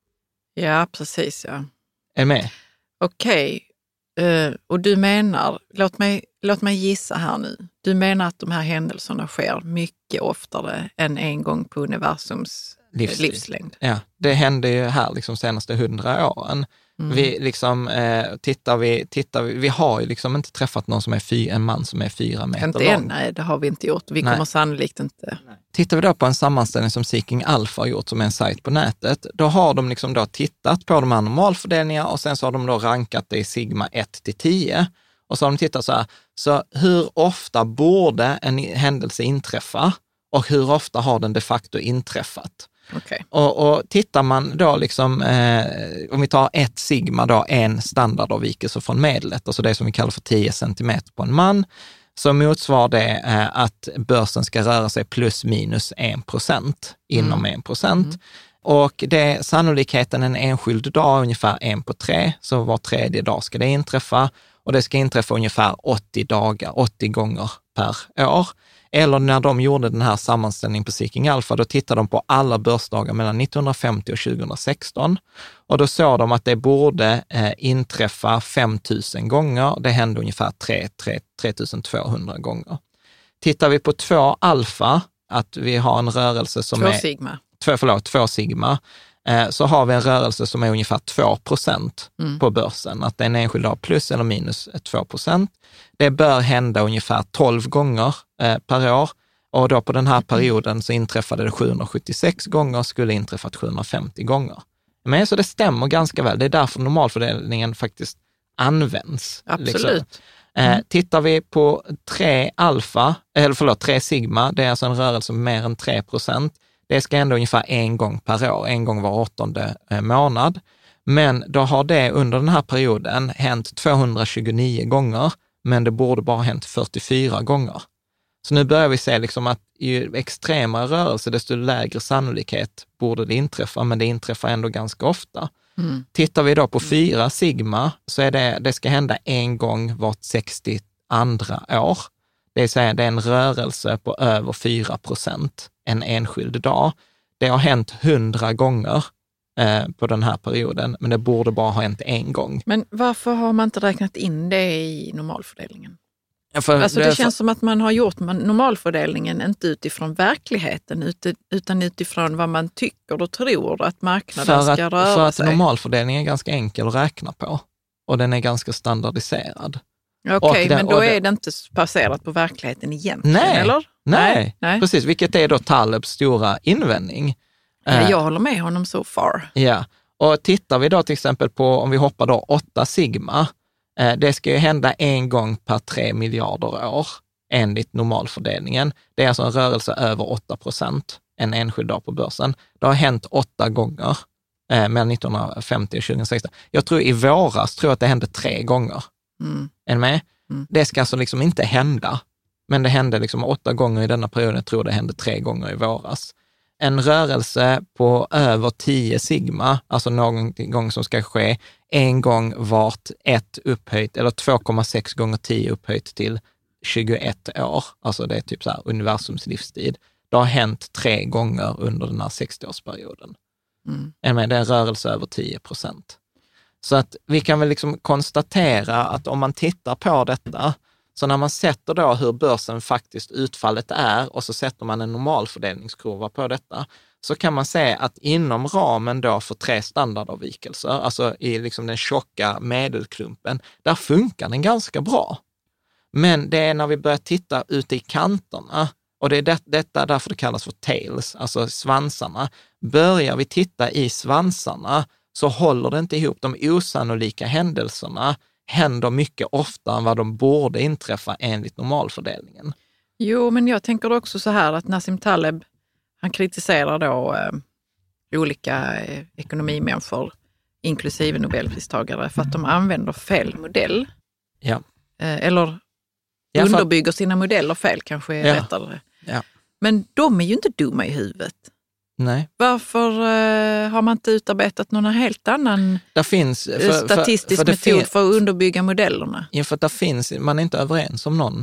Ja, precis. Ja. Är med? Okej. Uh, och du menar, låt mig, låt mig gissa här nu. Du menar att de här händelserna sker mycket oftare än en gång på universums livstid. livslängd. Ja, det händer ju här liksom senaste hundra åren. Mm. Vi liksom, eh, tittar vi, tittar vi, vi har ju liksom inte träffat någon som är fy, en man som är fyra meter inte lång. Än, nej, det har vi inte gjort. Vi nej. kommer sannolikt inte. Nej. Tittar vi då på en sammanställning som Seeking Alpha har gjort, som är en sajt på nätet, då har de liksom då tittat på de här normalfördelningarna och sen så har de då rankat det i sigma ett till tio. Och så har de tittat så här, så hur ofta borde en händelse inträffa och hur ofta har den de facto inträffat? Okay. Och, och tittar man då liksom, eh, om vi tar ett sigma då, en standardavvikelse från medlet, alltså det som vi kallar för tio centimeter på en man, så motsvarar det eh, att börsen ska röra sig plus minus en procent inom en procent. Mm. Och det sannolikheten en enskild dag är ungefär en på tre, så var tredje dag ska det inträffa. Och det ska inträffa ungefär åttio dagar, åttio gånger per år. Eller när de gjorde den här sammanställningen på Seeking Alpha, då tittade de på alla börsdagar mellan nittonhundrafemtio och tjugohundrasexton. Och då såg de att det borde eh, inträffa fem tusen gånger. Det hände ungefär tre tusen tvåhundra gånger. Tittar vi på två alfa, att vi har en rörelse som två är... Sigma. Två, förlåt, två sigma. Eh, så har vi en rörelse som är ungefär två procent mm. på börsen. Att det är en enskild dag plus eller minus två procent. Det bör hända ungefär tolv gånger eh, per år. Och då på den här perioden så inträffade det sjuhundrasjuttiosex gånger, skulle inträffat sjuhundrafemtio gånger. Men så det stämmer ganska väl. Det är därför normalfördelningen faktiskt används. Absolut. Liksom. Eh, mm. Tittar vi på tre alfa, eller förlåt, tre sigma, det är alltså en rörelse med mer än tre procent. Det ska ändå ungefär en gång per år, en gång var åttonde eh, månad. Men då har det under den här perioden hänt tvåhundratjugonio gånger, men det borde bara ha hänt fyrtiofyra gånger. Så nu börjar vi se liksom att i extrema rörelser, desto lägre sannolikhet borde det inträffa, men det inträffar ändå ganska ofta. Mm. Tittar vi då på fyra sigma, så är det, det ska hända en gång vart sextio andra år. Det vill säga det är en rörelse på över fyra procent en enskild dag. Det har hänt hundra gånger eh, på den här perioden, men det borde bara ha hänt en gång. Men varför har man inte räknat in det i normalfördelningen? Ja, för, alltså det, det känns för, som att man har gjort normalfördelningen inte utifrån verkligheten utan utifrån vad man tycker och tror att marknaden ska att, röra sig. För att sig. Normalfördelningen är ganska enkel att räkna på och den är ganska standardiserad. Okej, okay, men då det, är det inte baserat på verkligheten egentligen, nej, eller? Nej, nej, nej, precis. Vilket är då Talebs stora invändning. Ja, jag håller med honom so far. Ja, och tittar vi då till exempel på, om vi hoppar då åtta sigma, det ska ju hända en gång per tre miljarder år enligt normalfördelningen. Det är alltså en rörelse över åtta procent en enskild dag på börsen. Det har hänt åtta gånger eh, mellan nittonhundrafemtio och tjugohundrasexton. Jag tror i våras tror jag att det hände tre gånger. Mm. Är ni med? Mm. Det ska alltså liksom inte hända. Men det hände liksom åtta gånger i denna perioden. Jag tror det hände tre gånger i våras. En rörelse på över tio sigma, alltså någon gång som ska ske en gång vart ett upphöjt, eller två komma sex gånger tio upphöjt till tjugoett år. Alltså det är typ så här universums livstid. Det har hänt tre gånger under den här sextio-årsperioden. Mm. Det är en rörelse över tio procent. Så att vi kan väl liksom konstatera att om man tittar på detta, så när man sätter då hur börsen faktiskt utfallet är och så sätter man en normalfördelningskurva på detta, så kan man se att inom ramen då för tre standardavvikelser, alltså i liksom den tjocka medelklumpen, där funkar den ganska bra. Men det är när vi börjar titta ute i kanterna, och det är det, detta därför det kallas för tails, alltså svansarna. Börjar vi titta i svansarna så håller det inte ihop. De osannolika händelserna händer mycket oftare än vad de borde inträffa enligt normalfördelningen. Jo, men jag tänker också så här att Nassim Taleb, han kritiserar då eh, olika eh, ekonomimänniskor, inklusive Nobelpristagare, för att de använder fel modell. Ja. Eh, eller ja, för... underbygger sina modeller fel, kanske är ja. rättare. Ja. Men de är ju inte dumma i huvudet. Nej. Varför eh, har man inte utarbetat någon helt annan där finns, för, statistisk för, för metod fin- för att underbygga modellerna? Ja, för att där finns, man är inte överens om någon.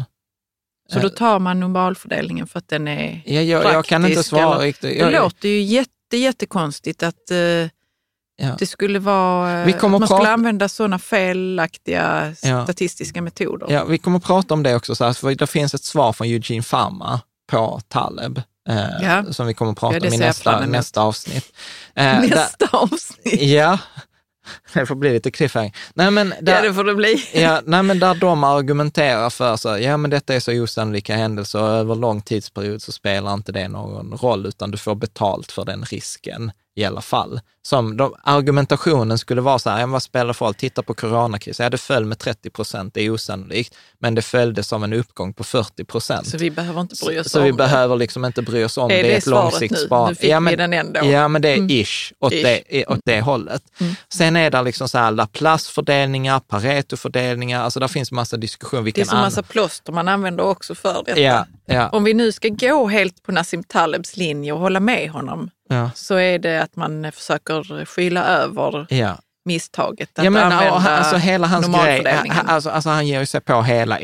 Så då tar man normalfördelningen för att den är ja, jag, praktisk? Jag kan inte svara eller, riktigt. Det jag, låter ju jätte, jättekonstigt att eh, ja. det skulle vara, vi kommer att man prata... skulle använda sådana felaktiga ja. statistiska metoder. Ja, vi kommer att prata om det också, så här, för det finns ett svar från Eugene Fama på Taleb. Eh, ja. Som vi kommer att prata ja, om i nästa, nästa avsnitt. Eh, nästa där, avsnitt? Ja, det får bli lite cliffhanger. Nej, men där, ja, det får det bli. ja, nej, men där de argumenterar för så, ja men detta är så osannolika händelser och över lång tidsperiod så spelar inte det någon roll, utan du får betalt för den risken i alla fall. Som de, argumentationen skulle vara så här, ja, vad spelar för roll? Titta på coronakrisen. Ja, det föll med trettio procent, det är osannolikt, men det följde som en uppgång på fyrtio procent. Så vi behöver inte bry oss så, om så vi det. behöver liksom inte bry oss om är det. Det är ett långsiktigt spar. Nu fick ja, men, vi den ändå. Ja, men det är mm. ish åt, ish. Det, åt det hållet. Mm. Sen är det liksom så här Laplace-fördelningar, Pareto-fördelningar, alltså där finns massa diskussion. Det är så massa plåster man använder också för detta. Ja, ja. Om vi nu ska gå helt på Nassim Talebs linje och hålla med honom, ja. så är det att man försöker skyla över ja. misstaget att ja, men, använda och, alltså, hela hans normalfördelningen. Grej, alltså, alltså, han ger sig på hela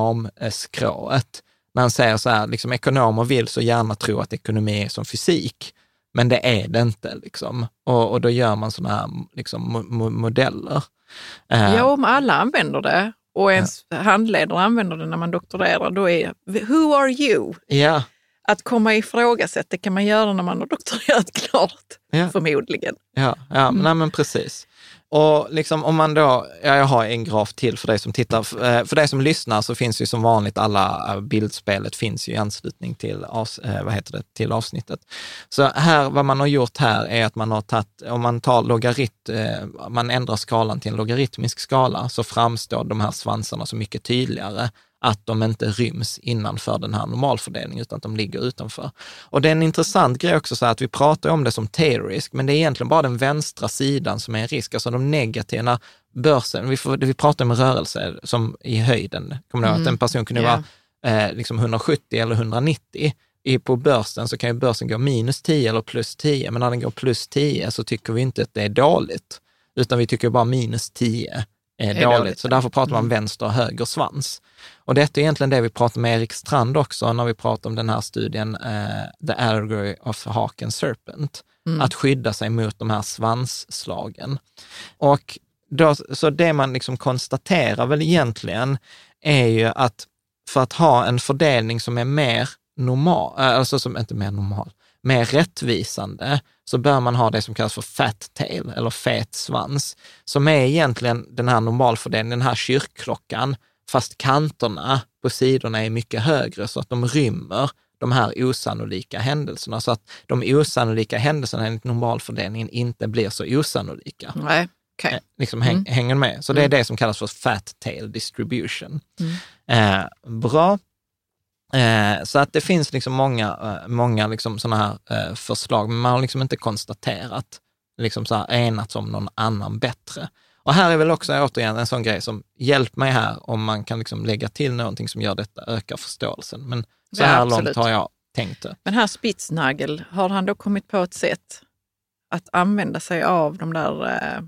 ekonomskrået. När han säger så här, liksom, ekonomer vill så gärna tro att ekonomi är som fysik, men det är det inte. Liksom. Och, och då gör man sådana här liksom, mo- modeller. Ja, om alla använder det och ens ja. handledare använder det när man doktorerar, då är who are you? Ja. Att komma ifrågasätt, det kan man göra när man har doktorerat klart, ja. förmodligen. Ja, ja mm. nej, men precis. Och liksom om man då, ja, jag har en graf till för dig som tittar, för dig som lyssnar så finns ju som vanligt alla bildspelet finns ju i anslutning till, vad heter det, till avsnittet. Så här, vad man har gjort här är att man har tagit, om man tar logarit, man ändrar skalan till en logaritmisk skala så framstår de här svansarna så mycket tydligare att de inte ryms innanför den här normalfördelningen utan att de ligger utanför. Och det är en intressant grej också så att vi pratar om det som tail risk, men det är egentligen bara den vänstra sidan som är en risk, alltså de negativa börsen. Vi, får, vi pratar om rörelse som i höjden. Kommer du ihåg att en person kunde yeah. vara eh, liksom hundrasjuttio eller hundranittio. I, på börsen så kan ju börsen gå minus tio eller plus tio, men när den går plus tio så tycker vi inte att det är dåligt, utan vi tycker bara minus tie är, är dåligt. dåligt. Så därför pratar man vänster och höger svans. Och detta är egentligen det vi pratar med Erik Strand också när vi pratar om den här studien uh, The Allegory of Hawk and Serpent. Mm. Att skydda sig mot de här svansslagen. Och då, så det man liksom konstaterar väl egentligen är ju att för att ha en fördelning som är mer normal, alltså som inte mer normal, mer rättvisande, så bör man ha det som kallas för fat tail eller fet svans, som är egentligen den här normalfördelningen, den här kyrkklockan, fast kanterna på sidorna är mycket högre så att de rymmer de här osannolika händelserna, så att de osannolika händelserna enligt normalfördelningen inte blir så osannolika. Nej, okej. Okay. Liksom häng, mm. hänger med. Så det är det som kallas för fat tail distribution. Mm. Eh, bra. Eh, så att det finns liksom många, eh, många liksom sådana här eh, förslag, men man har liksom inte konstaterat, liksom så här enats om någon annan bättre. Och här är väl också återigen en sån grej som hjälp mig här om man kan liksom lägga till någonting som gör detta, ökar förståelsen. Men så här ja, långt har jag tänkt det. Men här Spitznagel, har han då kommit på ett sätt att använda sig av de där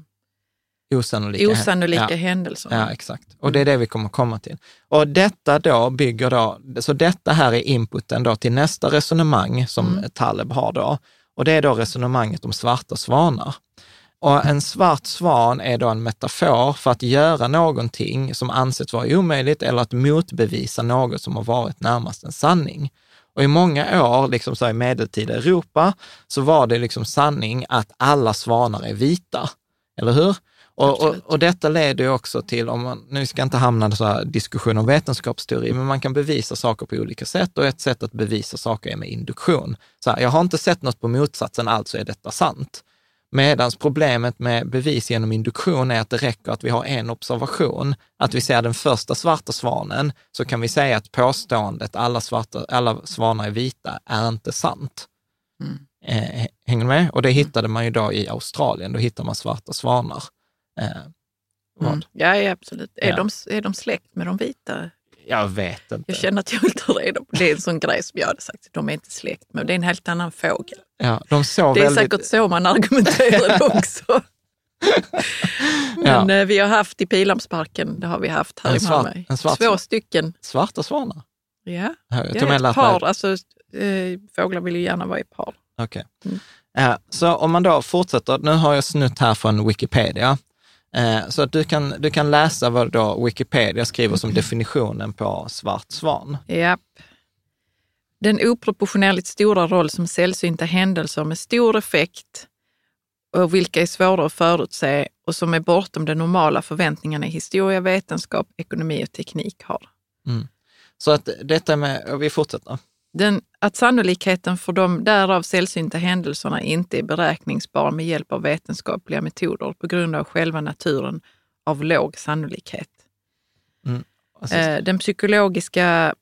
eh, osannolika, osannolika ja. händelserna? Ja, exakt. Och det är det vi kommer komma till. Och detta då bygger då, så detta här är inputen då till nästa resonemang som mm. Taleb har då. Och det är då resonemanget om svarta svanar. Och en svart svan är då en metafor för att göra någonting som ansetts vara omöjligt eller att motbevisa något som har varit närmast en sanning. Och i många år, liksom så i medeltida Europa, så var det liksom sanning att alla svanar är vita. Eller hur? Och, och, och detta leder ju också till, om man, nu ska inte hamna i så här diskussion om vetenskapsteori, men man kan bevisa saker på olika sätt, och ett sätt att bevisa saker är med induktion. Så här, jag har inte sett något på motsatsen, alltså är detta sant. Medans problemet med bevis genom induktion är att det räcker att vi har en observation. Att vi ser den första svarta svanen, så kan vi säga att påståendet alla, svarta, alla svanar är vita är inte sant. Mm. Eh, hänger med? Och det hittade man ju då i Australien, då hittar man svarta svanar. Eh, vad? Mm. Ja, ja, absolut. Är, Ja. de, är de släkt med de vita? Jag vet inte. Jag känner att jag vill ta reda på det. Det är en sån grej som jag hade sagt. De är inte släkt, men det är en helt annan fågel. Ja, de såg Det är väldigt... säkert så man argumenterar också. Men Ja. vi har haft i Pildammsparken, det har vi haft här En i svart- Malmö. en svart Två svan. stycken. Svarta svanar? Ja, Jag ja tog med ett lärt par. mig. Alltså, eh, fåglar vill ju gärna vara i par. Okej. Mm. Ja, så om man då fortsätter, nu har jag snutt här från Wikipedia, eh, så att du kan, du kan läsa vad då Wikipedia skriver som definitionen på svart svan. Japp. Den oproportionerligt stora roll som sällsynta händelser med stor effekt och vilka är svåra att förutse och som är bortom de normala förväntningarna i historia, vetenskap, ekonomi och teknik har. Mm. Så att detta med, vi fortsätter. Den, att sannolikheten för de därav sällsynta händelserna inte är beräkningsbar med hjälp av vetenskapliga metoder på grund av själva naturen av låg sannolikhet. Mm. Eh, den psykologiska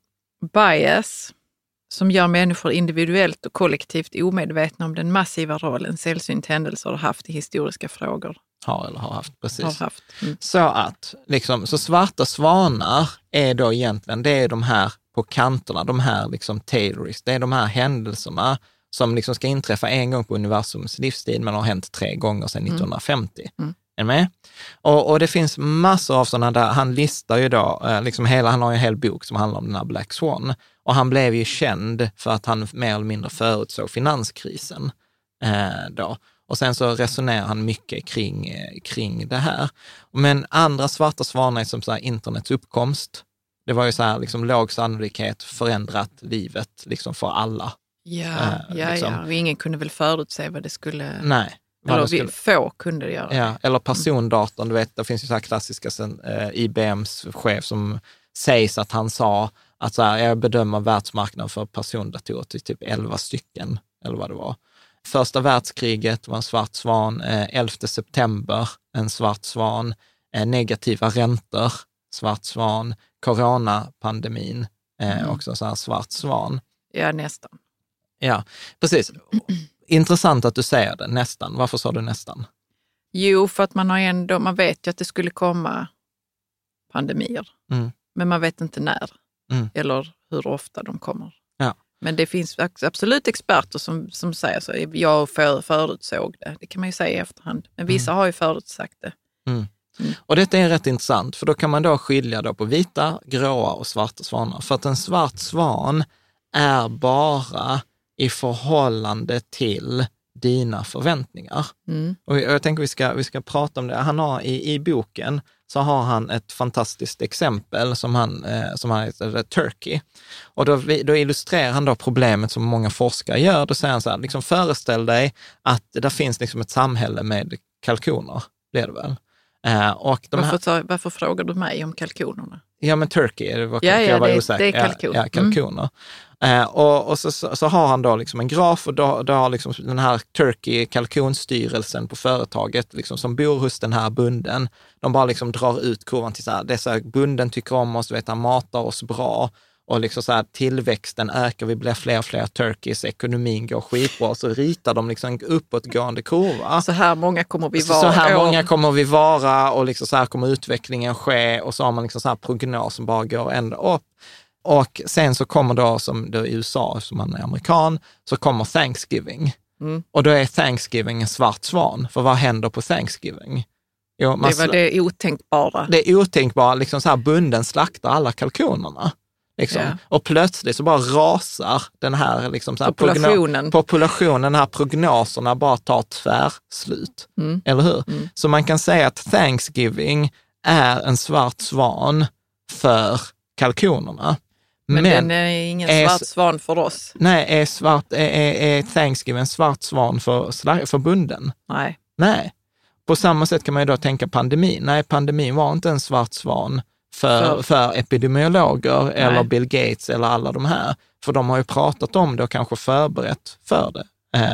bias som gör människor individuellt och kollektivt omedvetna om den massiva rollen sällsynt händelser har haft i historiska frågor. Har eller har haft, precis. Har haft. Mm. Så att, liksom, så svarta svanar är då egentligen, det är de här på kanterna, de här liksom theories, det är de här händelserna som liksom ska inträffa en gång på universums livstid, men har hänt tre gånger sedan nittonhundrafemtio. Mm. Är med? Och, och det finns massor av sådana där, han listar ju då, eh, liksom hela, han har ju en hel bok som handlar om den här Black Swan. Och han blev ju känd för att han mer eller mindre förutsåg finanskrisen eh, då. Och sen så resonerar han mycket kring, eh, kring det här. Men andra svarta svanar är som så här internets uppkomst. Det var ju så här liksom låg sannolikhet förändrat livet liksom för alla. Ja, Eh, ja, liksom. ja. Och ingen kunde väl förutse vad det skulle... Nej. vad Eller det skulle- vi, få kunde det göra. Ja, eller persondatorn, du vet, det finns ju så här klassiska sen, eh, I B M:s chef som sägs att han sa att så här, jag bedömer världsmarknaden för persondatorer till typ elva stycken, eller vad det var. Första världskriget var en svart svan, eh, elfte september en svart svan, eh, negativa räntor, svart svan, coronapandemin, eh, Mm. också så här svart svan. Ja, nästan. Ja, precis. Intressant att du säger det, nästan. Varför sa du nästan? Jo, för att man har ändå, man vet ju att det skulle komma pandemier. Mm. Men man vet inte när. Mm. Eller hur ofta de kommer. Ja. Men det finns absolut experter som, som säger så. Jag för, förutsåg det. Det kan man ju säga i efterhand. Men vissa Mm. har ju förutsagt det. Mm. Mm. Och detta är rätt intressant, för då kan man då skilja då på vita, gråa och svarta svanar. För att en svart svan är bara i förhållande till dina förväntningar. Mm. Och jag tänker vi ska, vi ska prata om det. Han har i, i boken så har han ett fantastiskt exempel som han, eh, som han heter Turkey. Och då, då illustrerar han då problemet som många forskare gör. Då säger han så här, liksom föreställ dig att det finns liksom ett samhälle med kalkoner, blir det väl? Eh, och de här, Varför, ta, varför frågar du mig om kalkonerna? ja, men Turkey, det var, Ja, ja, jag var det är- osäker. det är kalkon. Ja, ja, kalkoner. Eh, och och så, så, så har han då liksom en graf och då, då har liksom den här Turkey, kalkonstyrelsen på företaget liksom, som bor hos den här bunden, de bara liksom drar ut kurvan till så här, dessa bunden tycker om oss, vet han matar oss bra och liksom så här, tillväxten ökar, vi blir fler och fler turkeys, ekonomin går skitbra, och så ritar de liksom uppåtgående kurva. Så här många kommer vi Så, vara. så här år. många kommer vi vara och liksom så här kommer utvecklingen ske, och så har man liksom så här prognos som bara går ända upp. Och sen så kommer då, som då i U S A, som man är amerikan, så kommer Thanksgiving. Mm. Och då är Thanksgiving en svart svan. För vad händer på Thanksgiving? Jo, man Det var sl- det otänkbara. det är otänkbart, liksom så här bunden slaktar alla kalkonerna. Liksom. Ja. Och plötsligt så bara rasar den här liksom så här Populationen. progno- populationen, den här prognoserna bara tar tvärslut. Mm. Eller hur? Mm. Så man kan säga att Thanksgiving är en svart svan för kalkonerna. Men, den är ingen är svart s- svan för oss. Nej, är, svart, är, är, är Thanksgiving en svart svan för, sla- för bunden? Nej. Nej. På samma sätt kan man ju då tänka pandemin. Nej, pandemin var inte en svart svan för, För- för epidemiologer Nej. eller Bill Gates eller alla de här. För de har ju pratat om det och kanske förberett för det. Eh,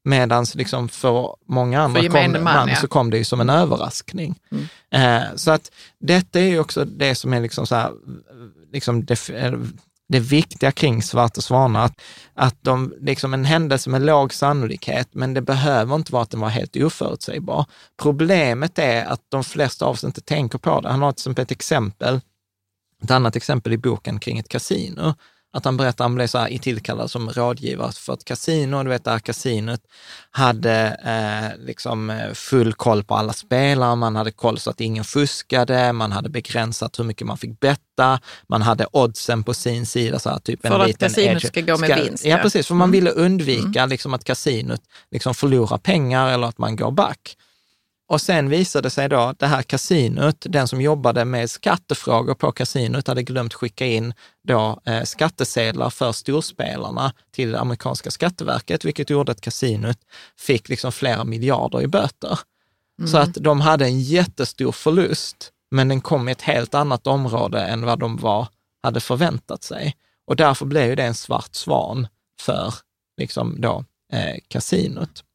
Medan liksom för många andra för kom, man, man, ja. så kom det ju som en överraskning. Mm. Eh, så att detta är ju också det som är liksom så här, liksom det, det viktiga kring Svarta svanar, att, att de liksom en händelse med låg sannolikhet, men det behöver inte vara att den var helt oförutsägbar. Problemet är att de flesta av oss inte tänker på det. Han har till exempel ett exempel, ett annat exempel i boken kring ett kasino. Att han berättar, han blev så här tillkallad som rådgivare för ett kasino. Du vet, där kasinot hade eh, liksom full koll på alla spelare. Man hade koll så att ingen fuskade. Man hade begränsat hur mycket man fick betta. Man hade oddsen på sin sida. Så här, typ för en att liten kasinot edge. ska gå med ska, vinst. Ja, precis. För man mm. ville undvika mm. liksom, att kasinot liksom, förlorar pengar eller att man går back. Och sen visade sig då att det här kasinot, den som jobbade med skattefrågor på kasinot, hade glömt skicka in då, eh, skattesedlar för storspelarna till det amerikanska skatteverket, vilket gjorde att kasinot fick liksom flera miljarder i böter. Mm. Så att de hade en jättestor förlust, men den kom i ett helt annat område än vad de var, hade förväntat sig. Och därför blev ju det en svart svan för liksom då, eh, kasinot.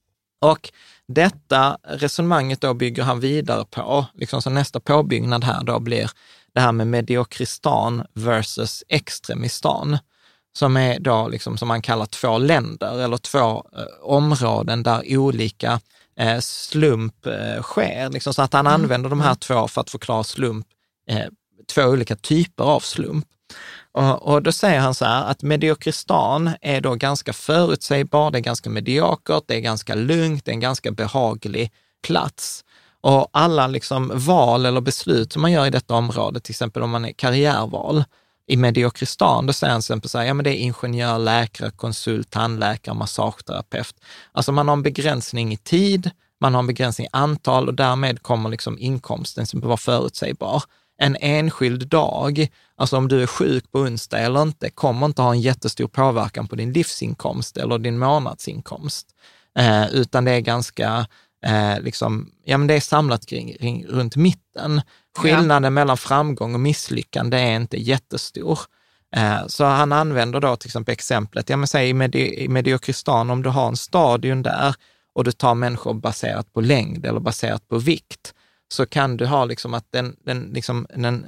Och detta resonemanget då bygger han vidare på, liksom så nästa påbyggnad här då blir det här med mediokristan versus extremistan, som är då liksom som man kallar två länder eller två eh, områden där olika eh, slump eh, sker. Liksom så att han mm. använder de här två för att förklara slump, eh, två olika typer av slump. Och, och då säger han så här att mediokristan är då ganska förutsägbar, det är ganska mediokert, det är ganska lugnt, det är en ganska behaglig plats. Och alla liksom val eller beslut som man gör i detta område, till exempel om man är karriärval i mediokristan, då säger han till exempel så här, ja men det är ingenjör, läkare, konsult, tandläkare, massageterapeut. Alltså man har en begränsning i tid, man har en begränsning i antal och därmed kommer liksom inkomsten som vara förutsägbar. En enskild dag, alltså om du är sjuk på onsdag eller inte, kommer inte ha en jättestor påverkan på din livsinkomst eller din månadsinkomst. Eh, utan det är ganska, eh, liksom, ja men det är samlat kring, kring, runt mitten. Skillnaden ja. mellan framgång och misslyckande är inte jättestor. Eh, så han använder då till exempel exemplet, ja men säg i, medi- i mediokristan, om du har en stadion där och du tar människor baserat på längd eller baserat på vikt, så kan du ha liksom att den, den, liksom, den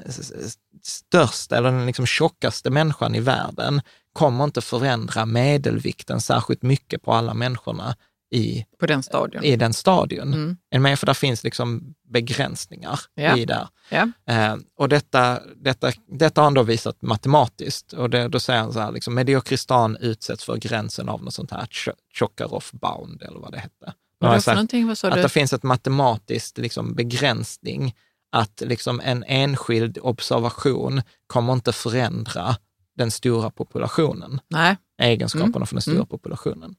största eller den liksom tjockaste människan i världen kommer inte förändra medelvikten särskilt mycket på alla människorna i, på den stadion. I den stadion. Mm. Men för där finns liksom begränsningar ja. i där. Ja. Eh, och detta, detta, detta har han då visat matematiskt. Och det, då säger han så här, liksom, mediokristan utsätts för gränsen av något sånt här Chockaroff bound eller vad det hette. Vad sagt, vad sa att du? det finns ett matematiskt liksom, begränsning, att liksom, en enskild observation kommer inte förändra den stora populationen. Nej. Egenskaperna mm. för den stora mm. populationen.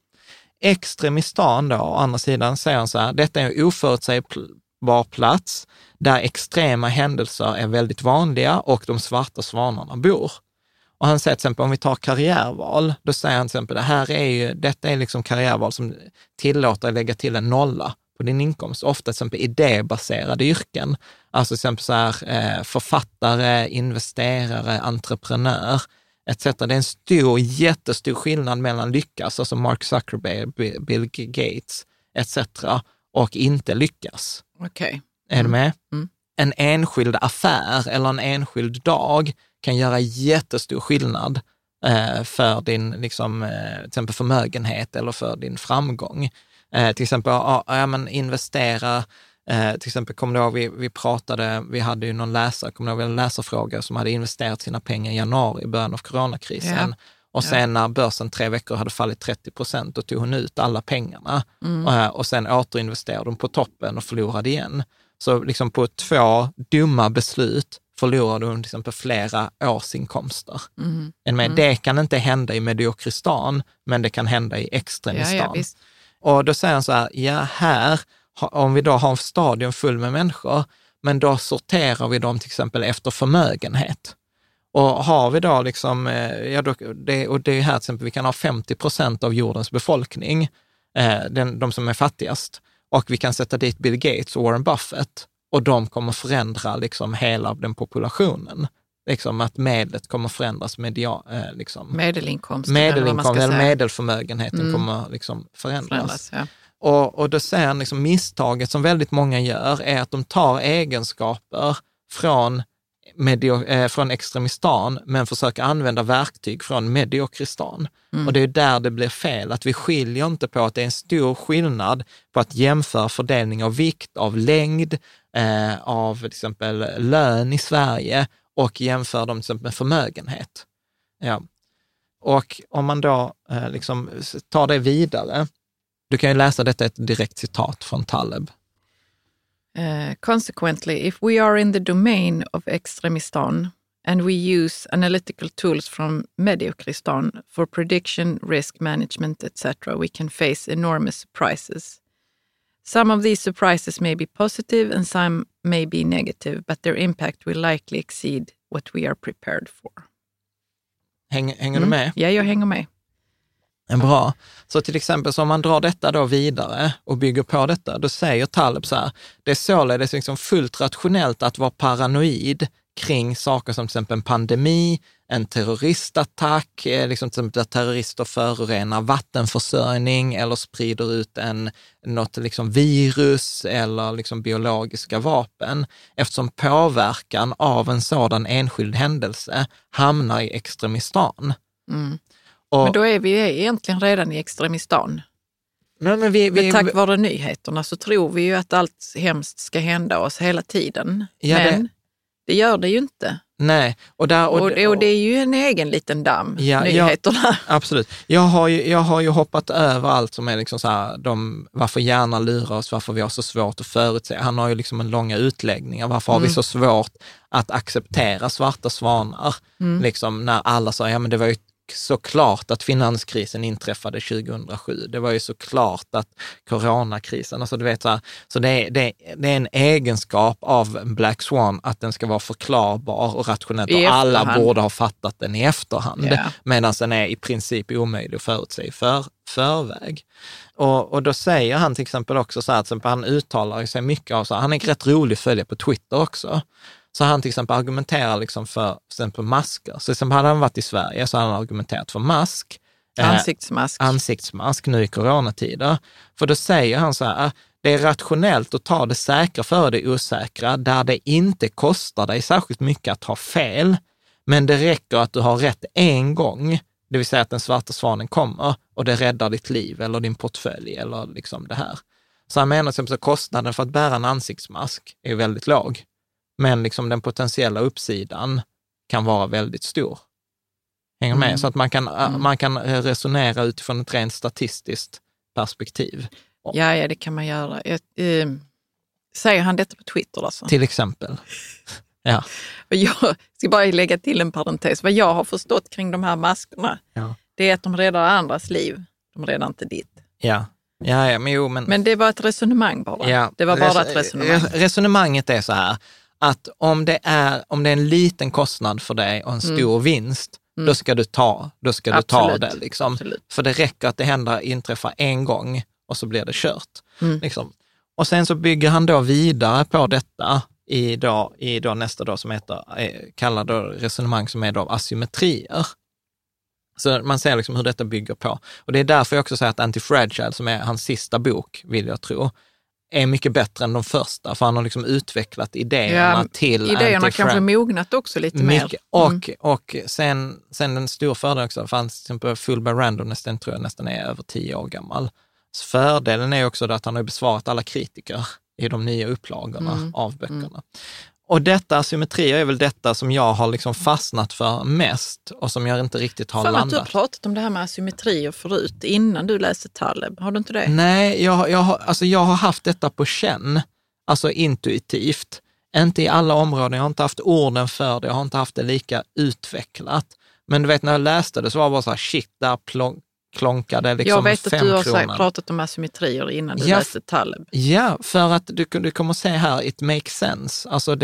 Extremistan då, å andra sidan, säger han så här, detta är en oförutsägbar plats där extrema händelser är väldigt vanliga och de svarta svanarna bor. Och han säger till exempel, om vi tar karriärval, då säger han till exempel, det här är ju, detta är liksom karriärval som tillåter att lägga till en nolla på din inkomst. Ofta till exempel idébaserade yrken. Alltså till exempel så här, författare, investerare, entreprenör, et cetera. Det är en stor, jättestor skillnad mellan lyckas, alltså Mark Zuckerberg, Bill Gates, et cetera, och inte lyckas. Okej. Okay. Är du med? Mm. En enskild affär eller en enskild dag kan göra jättestor skillnad eh, för din liksom, eh, till exempel förmögenhet eller för din framgång. Eh, till exempel ja, ja, men investera, eh, till exempel kommer du ihåg, vi, vi pratade, vi hade ju någon läsare, kommer du ihåg en läsarfråga som hade investerat sina pengar i januari i början av coronakrisen. Ja. Och sen ja. när börsen tre veckor hade fallit trettio procent, då tog hon ut alla pengarna mm. och, och sen återinvesterade de på toppen och förlorade igen. Så liksom på två dumma beslut förlorar du till exempel flera årsinkomster. Mm. Mm. Det kan inte hända i mediokristan, men det kan hända i extremistan. Ja, ja, och då säger han så här, ja här, om vi då har en stadion full med människor, men då sorterar vi dem till exempel efter förmögenhet. Och har vi då liksom, ja då, det, och det är här till exempel, vi kan ha femtio procent av jordens befolkning, eh, den, de som är fattigast, och vi kan sätta dit Bill Gates och Warren Buffett, och de kommer förändra liksom hela den populationen liksom att medlet kommer förändras media, eh, liksom. Medelinkomst. Medelinkomst eller medelförmögenheten mm. kommer liksom förändras. förändras ja. och, och då säger han liksom misstaget som väldigt många gör är att de tar egenskaper från, medio, eh, från extremistan men försöker använda verktyg från mediokristan. Mm. Och det är där det blir fel, att vi skiljer inte på att det är en stor skillnad på att jämföra fördelning av vikt, av längd, eh, av till exempel lön i Sverige och jämför dem till exempel med förmögenhet. Ja. Och om man då eh, liksom tar det vidare, du kan ju läsa detta ett direkt citat från Taleb. Uh, consequently, if we are in the domain of extremistan and we use analytical tools from mediocristan for prediction, risk management, et cetera, we can face enormous surprises. Some of these surprises may be positive and some may be negative, but their impact will likely exceed what we are prepared for. Häng, hänger mm. du med? Ja, jag hänger med. Bra. Så till exempel så om man drar detta då vidare och bygger på detta, då säger Taleb så här, det är således liksom fullt rationellt att vara paranoid kring saker som till exempel en pandemi, en terroristattack, liksom till exempel att terrorister förorenar vattenförsörjning eller sprider ut en, något liksom virus eller liksom biologiska vapen, eftersom påverkan av en sådan enskild händelse hamnar i extremistan. Mm. Och, men då är vi egentligen redan i extremistan. Nej, men vi, vi, tack vare nyheterna så tror vi ju att allt hemskt ska hända oss hela tiden. Ja, men det, det gör det ju inte. Nej. Och, där, och, och, och, och det är ju en egen liten damm, ja, nyheterna. Ja, absolut. Jag har, ju, jag har ju hoppat över allt som är liksom så här, de, varför hjärnan lurar oss, varför vi har så svårt att förutse. Han har ju liksom en långa utläggningar. Varför mm. har vi så svårt att acceptera svarta svanar? Mm. Liksom när alla sa, ja men det var ju såklart att finanskrisen inträffade tjugohundrasju. Det var ju såklart att coronakrisen, alltså du vet så här, så det är, det, det är en egenskap av Black Swan att den ska vara förklarbar och rationell och alla borde ha fattat den i efterhand, yeah. medan den är i princip omöjlig att förutse för förväg. Och, och då säger han till exempel också så här, till exempel, han uttalar sig mycket av så här, han är rätt rolig att följa på Twitter också. Så han till exempel argumenterar liksom för till exempel masker. Så till exempel hade han varit i Sverige så hade han argumenterat för mask. Ansiktsmask. Eh, ansiktsmask nu i coronatider. För då säger han så här, det är rationellt att ta det säkra för det osäkra där det inte kostar dig särskilt mycket att ha fel. Men det räcker att du har rätt en gång. Det vill säga att den svarta svanen kommer och det räddar ditt liv eller din portfölj eller liksom det här. Så han menar att kostnaden för att bära en ansiktsmask är väldigt låg. Men liksom den potentiella uppsidan kan vara väldigt stor. Hänger med? Mm. Så att man kan, mm. man kan resonera utifrån ett rent statistiskt perspektiv. Ja, ja det kan man göra. Jag, eh, säger han detta på Twitter alltså? Till exempel. Ja. Jag ska bara lägga till en parentes. Vad jag har förstått kring de här maskerna, ja. det är att de räddar andras liv. De räddar inte ditt. Ja. Ja, ja men, jo, men... men det var ett resonemang bara. Ja. Det var bara Res- ett resonemang. Resonemanget är så här, att om det är, om det är en liten kostnad för dig och en stor mm. vinst, mm. då ska du ta, då ska du ta det. Liksom. För det räcker att det händer, inträffar en gång och så blir det kört. Mm. Liksom. Och sen så bygger han då vidare på detta i, då, i då nästa då som heter, kallar då resonemang som är då asymmetrier. Så man ser liksom hur detta bygger på. Och det är därför jag också säger att Anti-Fragile, som är hans sista bok, vill jag tro, är mycket bättre än de första, för han har liksom utvecklat idéerna ja, till idéerna kanske mognat också lite mycket, mer. Och, mm. och sen, sen en stor fördel också, för han till exempel Full by Randomness, den tror jag nästan är över tio år gammal. Så fördelen är också att han har besvarat alla kritiker i de nya upplagorna mm. av böckerna. Mm. Och detta asymmetrier är väl detta som jag har liksom fastnat för mest och som jag inte riktigt har Fan, landat. Du har pratat om det här med asymmetrier förut innan du läste Taleb. Har du inte det? Nej, jag, jag, har, alltså jag har haft detta på känn, alltså intuitivt. Inte i alla områden, jag har inte haft orden för det, jag har inte haft det lika utvecklat. Men du vet, när jag läste det så var det bara så här, shit, där plång, klonkade liksom fem kronor. Jag vet att du har pratat om asymmetrier innan du ja, läste Taleb. Ja, för att du, du kommer se här, it makes sense. Alltså det,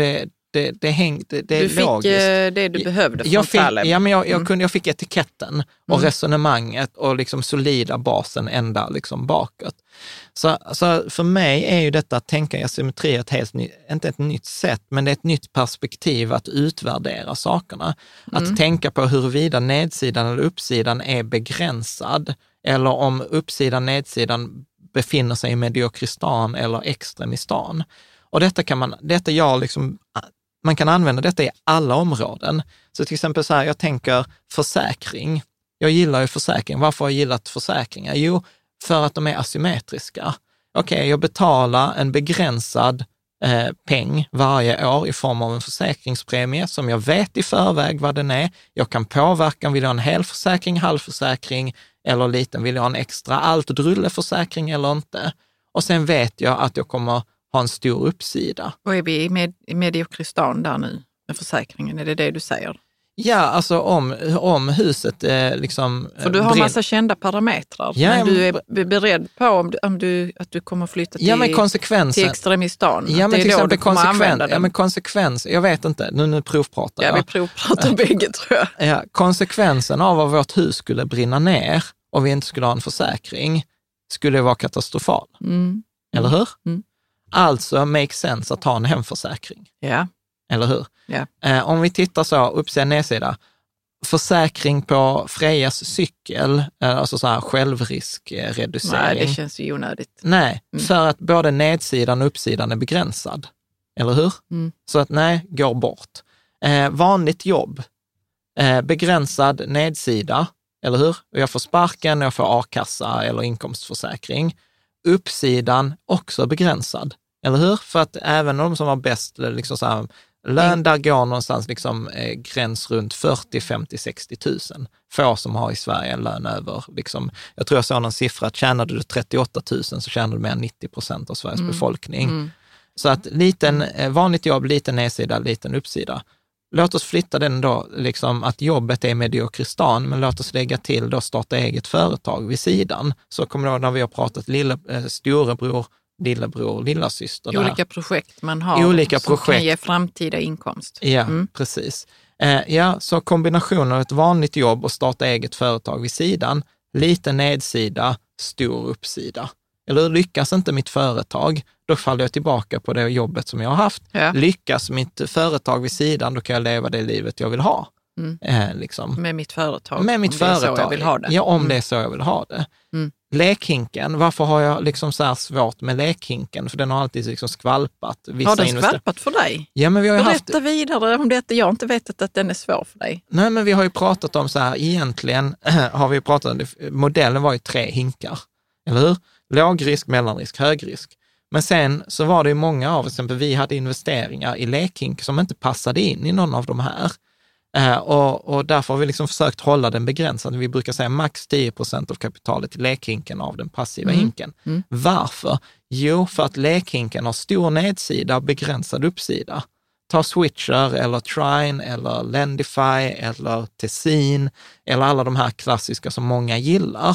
det, det, häng, det, det är du fick logiskt. det du behövde från jag fick, Taleb. ja, men jag, jag, mm. kunde, jag fick etiketten och mm. resonemanget och liksom solida basen ända liksom bakåt. Så, så för mig är ju detta att tänka i asymmetri ett helt ny, inte ett nytt sätt, men det är ett nytt perspektiv att utvärdera sakerna. Att mm. tänka på huruvida nedsidan eller uppsidan är begränsad, eller om uppsidan, nedsidan befinner sig i mediokristan eller extremistan. Och detta kan man, detta jag liksom, man kan använda detta i alla områden. Så till exempel så här, jag tänker försäkring. Jag gillar ju försäkring. Varför har jag gillat försäkringar? Jo, för att de är asymmetriska. Okej, okay, jag betalar en begränsad eh, peng varje år i form av en försäkringspremie som jag vet i förväg vad den är. Jag kan påverka, vill jag ha en hel försäkring, halvförsäkring eller liten, vill jag ha en extra allt drulleförsäkring eller inte. Och sen vet jag att jag kommer ha en stor uppsida. Och är vi i med, mediokristan där nu med försäkringen? Är det det du säger? Ja, alltså om, om huset eh, liksom... För du har bred... massa kända parametrar. Ja, men du är beredd på om du, om du, att du kommer flytta till, ja, men konsekvensen... till extremistan. Ja, men det är till exempel konsekvens, ja, men konsekvens, jag vet inte, nu, nu provpratar jag. Ja, vi provpratar bägge tror jag. Ja, konsekvensen av att vårt hus skulle brinna ner och vi inte skulle ha en försäkring skulle vara katastrofal. Mm. Eller hur? Mm. Alltså make sense att ha en hemförsäkring. Ja. Eller hur? Ja. Eh, om vi tittar så, uppsida, nedsida. Försäkring på Frejas cykel, eh, alltså så här självriskreducering. Nej, det känns ju onödigt. Nej, mm. för att både nedsidan och uppsidan är begränsad. Eller hur? Mm. Så att nej, går bort. Eh, vanligt jobb, eh, begränsad nedsida, eller hur? Jag får sparken, jag får a-kassa eller inkomstförsäkring. Uppsidan också begränsad, eller hur? För att även de som har bäst liksom så här, lön, där går någonstans liksom, eh, gräns runt fyrtio, femtio, sextio tusen. Få som har i Sverige en lön över, liksom, jag tror jag såg någon siffra, att tjänade du trettioåtta tusen så tjänade du mer än nittio procent av Sveriges mm. befolkning. Mm. Så att liten, eh, vanligt jobb, liten nedsida, liten uppsida. Låt oss flytta den då, liksom att jobbet är mediokristan, men låt oss lägga till då starta eget företag vid sidan. Så kommer det när vi har pratat lille, eh, storebror, lillebror, lillasyster. Olika där. projekt man har Olika som projekt. kan ge framtida inkomst. Ja, mm. precis. Eh, ja, så kombinationen av ett vanligt jobb och starta eget företag vid sidan, lite nedsida, stor uppsida. Eller lyckas inte mitt företag, då faller jag tillbaka på det jobbet som jag har haft. Ja. Lyckas mitt företag vid sidan, då kan jag leva det livet jag vill ha. Mm. Eh, liksom. Med mitt företag. Med mitt om företag. Det är så jag vill ha det. Ja, om mm. det är så jag vill ha det. Mm. Lekhinken, varför har jag liksom så här svårt med lekhinken? För den har alltid liksom skvalpat. Vissa har den invester- skvalpat för dig? Ja, men vi har ju Berätta haft... vidare om detta. Jag har inte vetat att den är svår för dig. Nej, men vi har ju pratat om så här, egentligen har vi pratat om, modellen var ju tre hinkar, eller hur? Lågrisk, mellanrisk, högrisk. Men sen så var det ju många av, exempel vi hade investeringar i lekhink som inte passade in i någon av de här. Eh, och, och därför har vi liksom försökt hålla den begränsad. Vi brukar säga max tio procent av kapitalet i lekhinken av den passiva mm. hinken. Mm. Varför? Jo, för att lekhinken har stor nedsida och begränsad uppsida. Ta Switcher eller Trine eller Lendify eller Tessin eller alla de här klassiska som många gillar.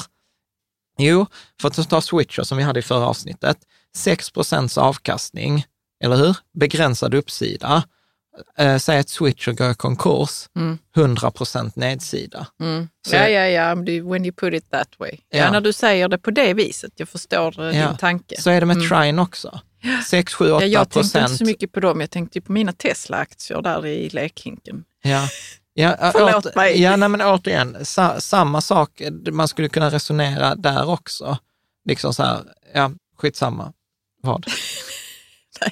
Jo, för att ta Switcher som vi hade i förra avsnittet, sex procent avkastning, eller hur? Begränsad uppsida. Eh, säg att Switcher går i konkurs, mm. hundra procent nedsida. Mm. Så, ja, ja, ja, when you put it that way. Ja. Ja, när du säger det på det viset, jag förstår ja. din tanke. Så är det med mm. Trine också. sex, sju, åtta procent. Ja, jag tänkte inte så mycket på dem, jag tänkte på mina Tesla-aktier där i lekhinken. Ja. Ja, Förlåt åter, mig. Ja, nej, men återigen, sa, samma sak, man skulle kunna resonera där också. Liksom så här, ja, skitsamma. Vad? Nej.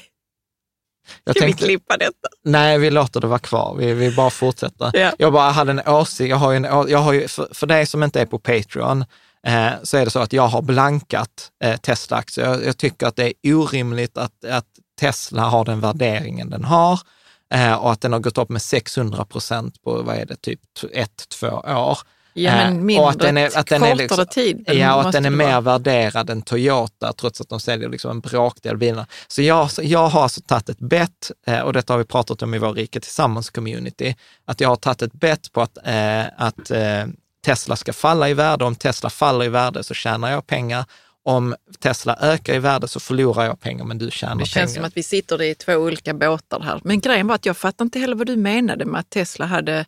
Jag Ska tänkte, vi klippa detta? Nej, vi låter det vara kvar. Vi, vi bara fortsätter. Ja. Jag bara hade en åsikt. Jag har ju en, jag har ju, för, för dig som inte är på Patreon, eh, så är det så att jag har blankat eh, Tesla-aktier. Jag, jag tycker att det är orimligt att, att Tesla har den värderingen den har. Och att den har gått upp med sexhundra procent på, vad är det, typ ett, två år. Ja, men mindre, och att den är, att den är liksom, tid. Ja, och att den är mer värderad än Toyota, trots att de säljer liksom en bråkdel bilar. Så jag, jag har alltså tagit ett bett, och detta har vi pratat om i vår Rika Tillsammans-community, att jag har tagit ett bett på att, eh, att eh, Tesla ska falla i värde. Om Tesla faller i värde så tjänar jag pengar. om Tesla ökar i värde så förlorar jag pengar, men du tjänar pengar. Det känns pengar. som att vi sitter i två olika båtar här. Men grejen var att jag fattar inte heller vad du menade med att Tesla hade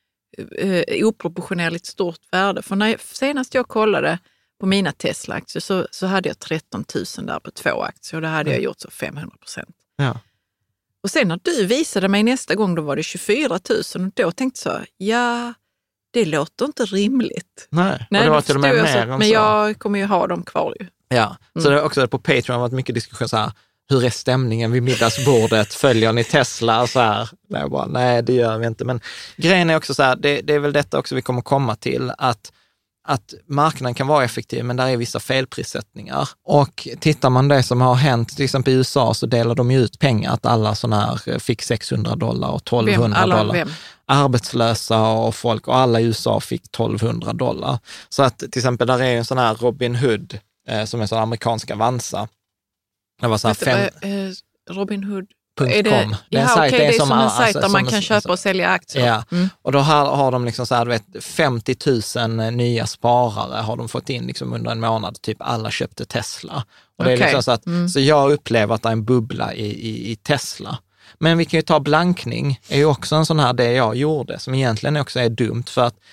eh, oproportionerligt stort värde. För när jag, senast jag kollade på mina Tesla-aktier så, så hade jag tretton tusen där på två aktier och då hade mm. jag gjort så femhundra procent. Ja. Och sen när du visade mig nästa gång då var det tjugofyra tusen och då tänkte jag så, ja, det låter inte rimligt. Nej, Nej och det var till och med mer så, men så. jag kommer ju ha dem kvar ju. Ja, mm. så det är också på Patreon har varit mycket diskussion så här, hur är stämningen vid middagsbordet? Följer ni Tesla? Så här, nej, bara, nej, det gör vi inte. Men grejen är också så här, det, det är väl detta också vi kommer komma till, att att marknaden kan vara effektiv, men där är vissa felprissättningar. Och tittar man det som har hänt, till exempel i U S A så delar de ju ut pengar, att alla sådana här fick sexhundra dollar och tolvhundra vem? Alla, dollar. vem? Arbetslösa och folk, och alla i U S A fick tolvhundra dollar. Så att till exempel där är en sån här Robin Hood, eh, som är sån amerikanska Avanza. Det var så här fem... Eh, Robin Hood. Är det, en ja, sajt, okay, det är, det är som, som en alltså, sajt där man som, kan som, köpa och sälja aktier. Ja, mm. och då har, har de liksom så här, du vet, femtio tusen nya sparare har de fått in liksom under en månad, typ alla köpte Tesla. Och det okay. är liksom så att, mm. så jag upplever att det är en bubbla i, i, i Tesla. Men vi kan ju ta blankning, är ju också en sån här det jag gjorde, som egentligen också är dumt, för att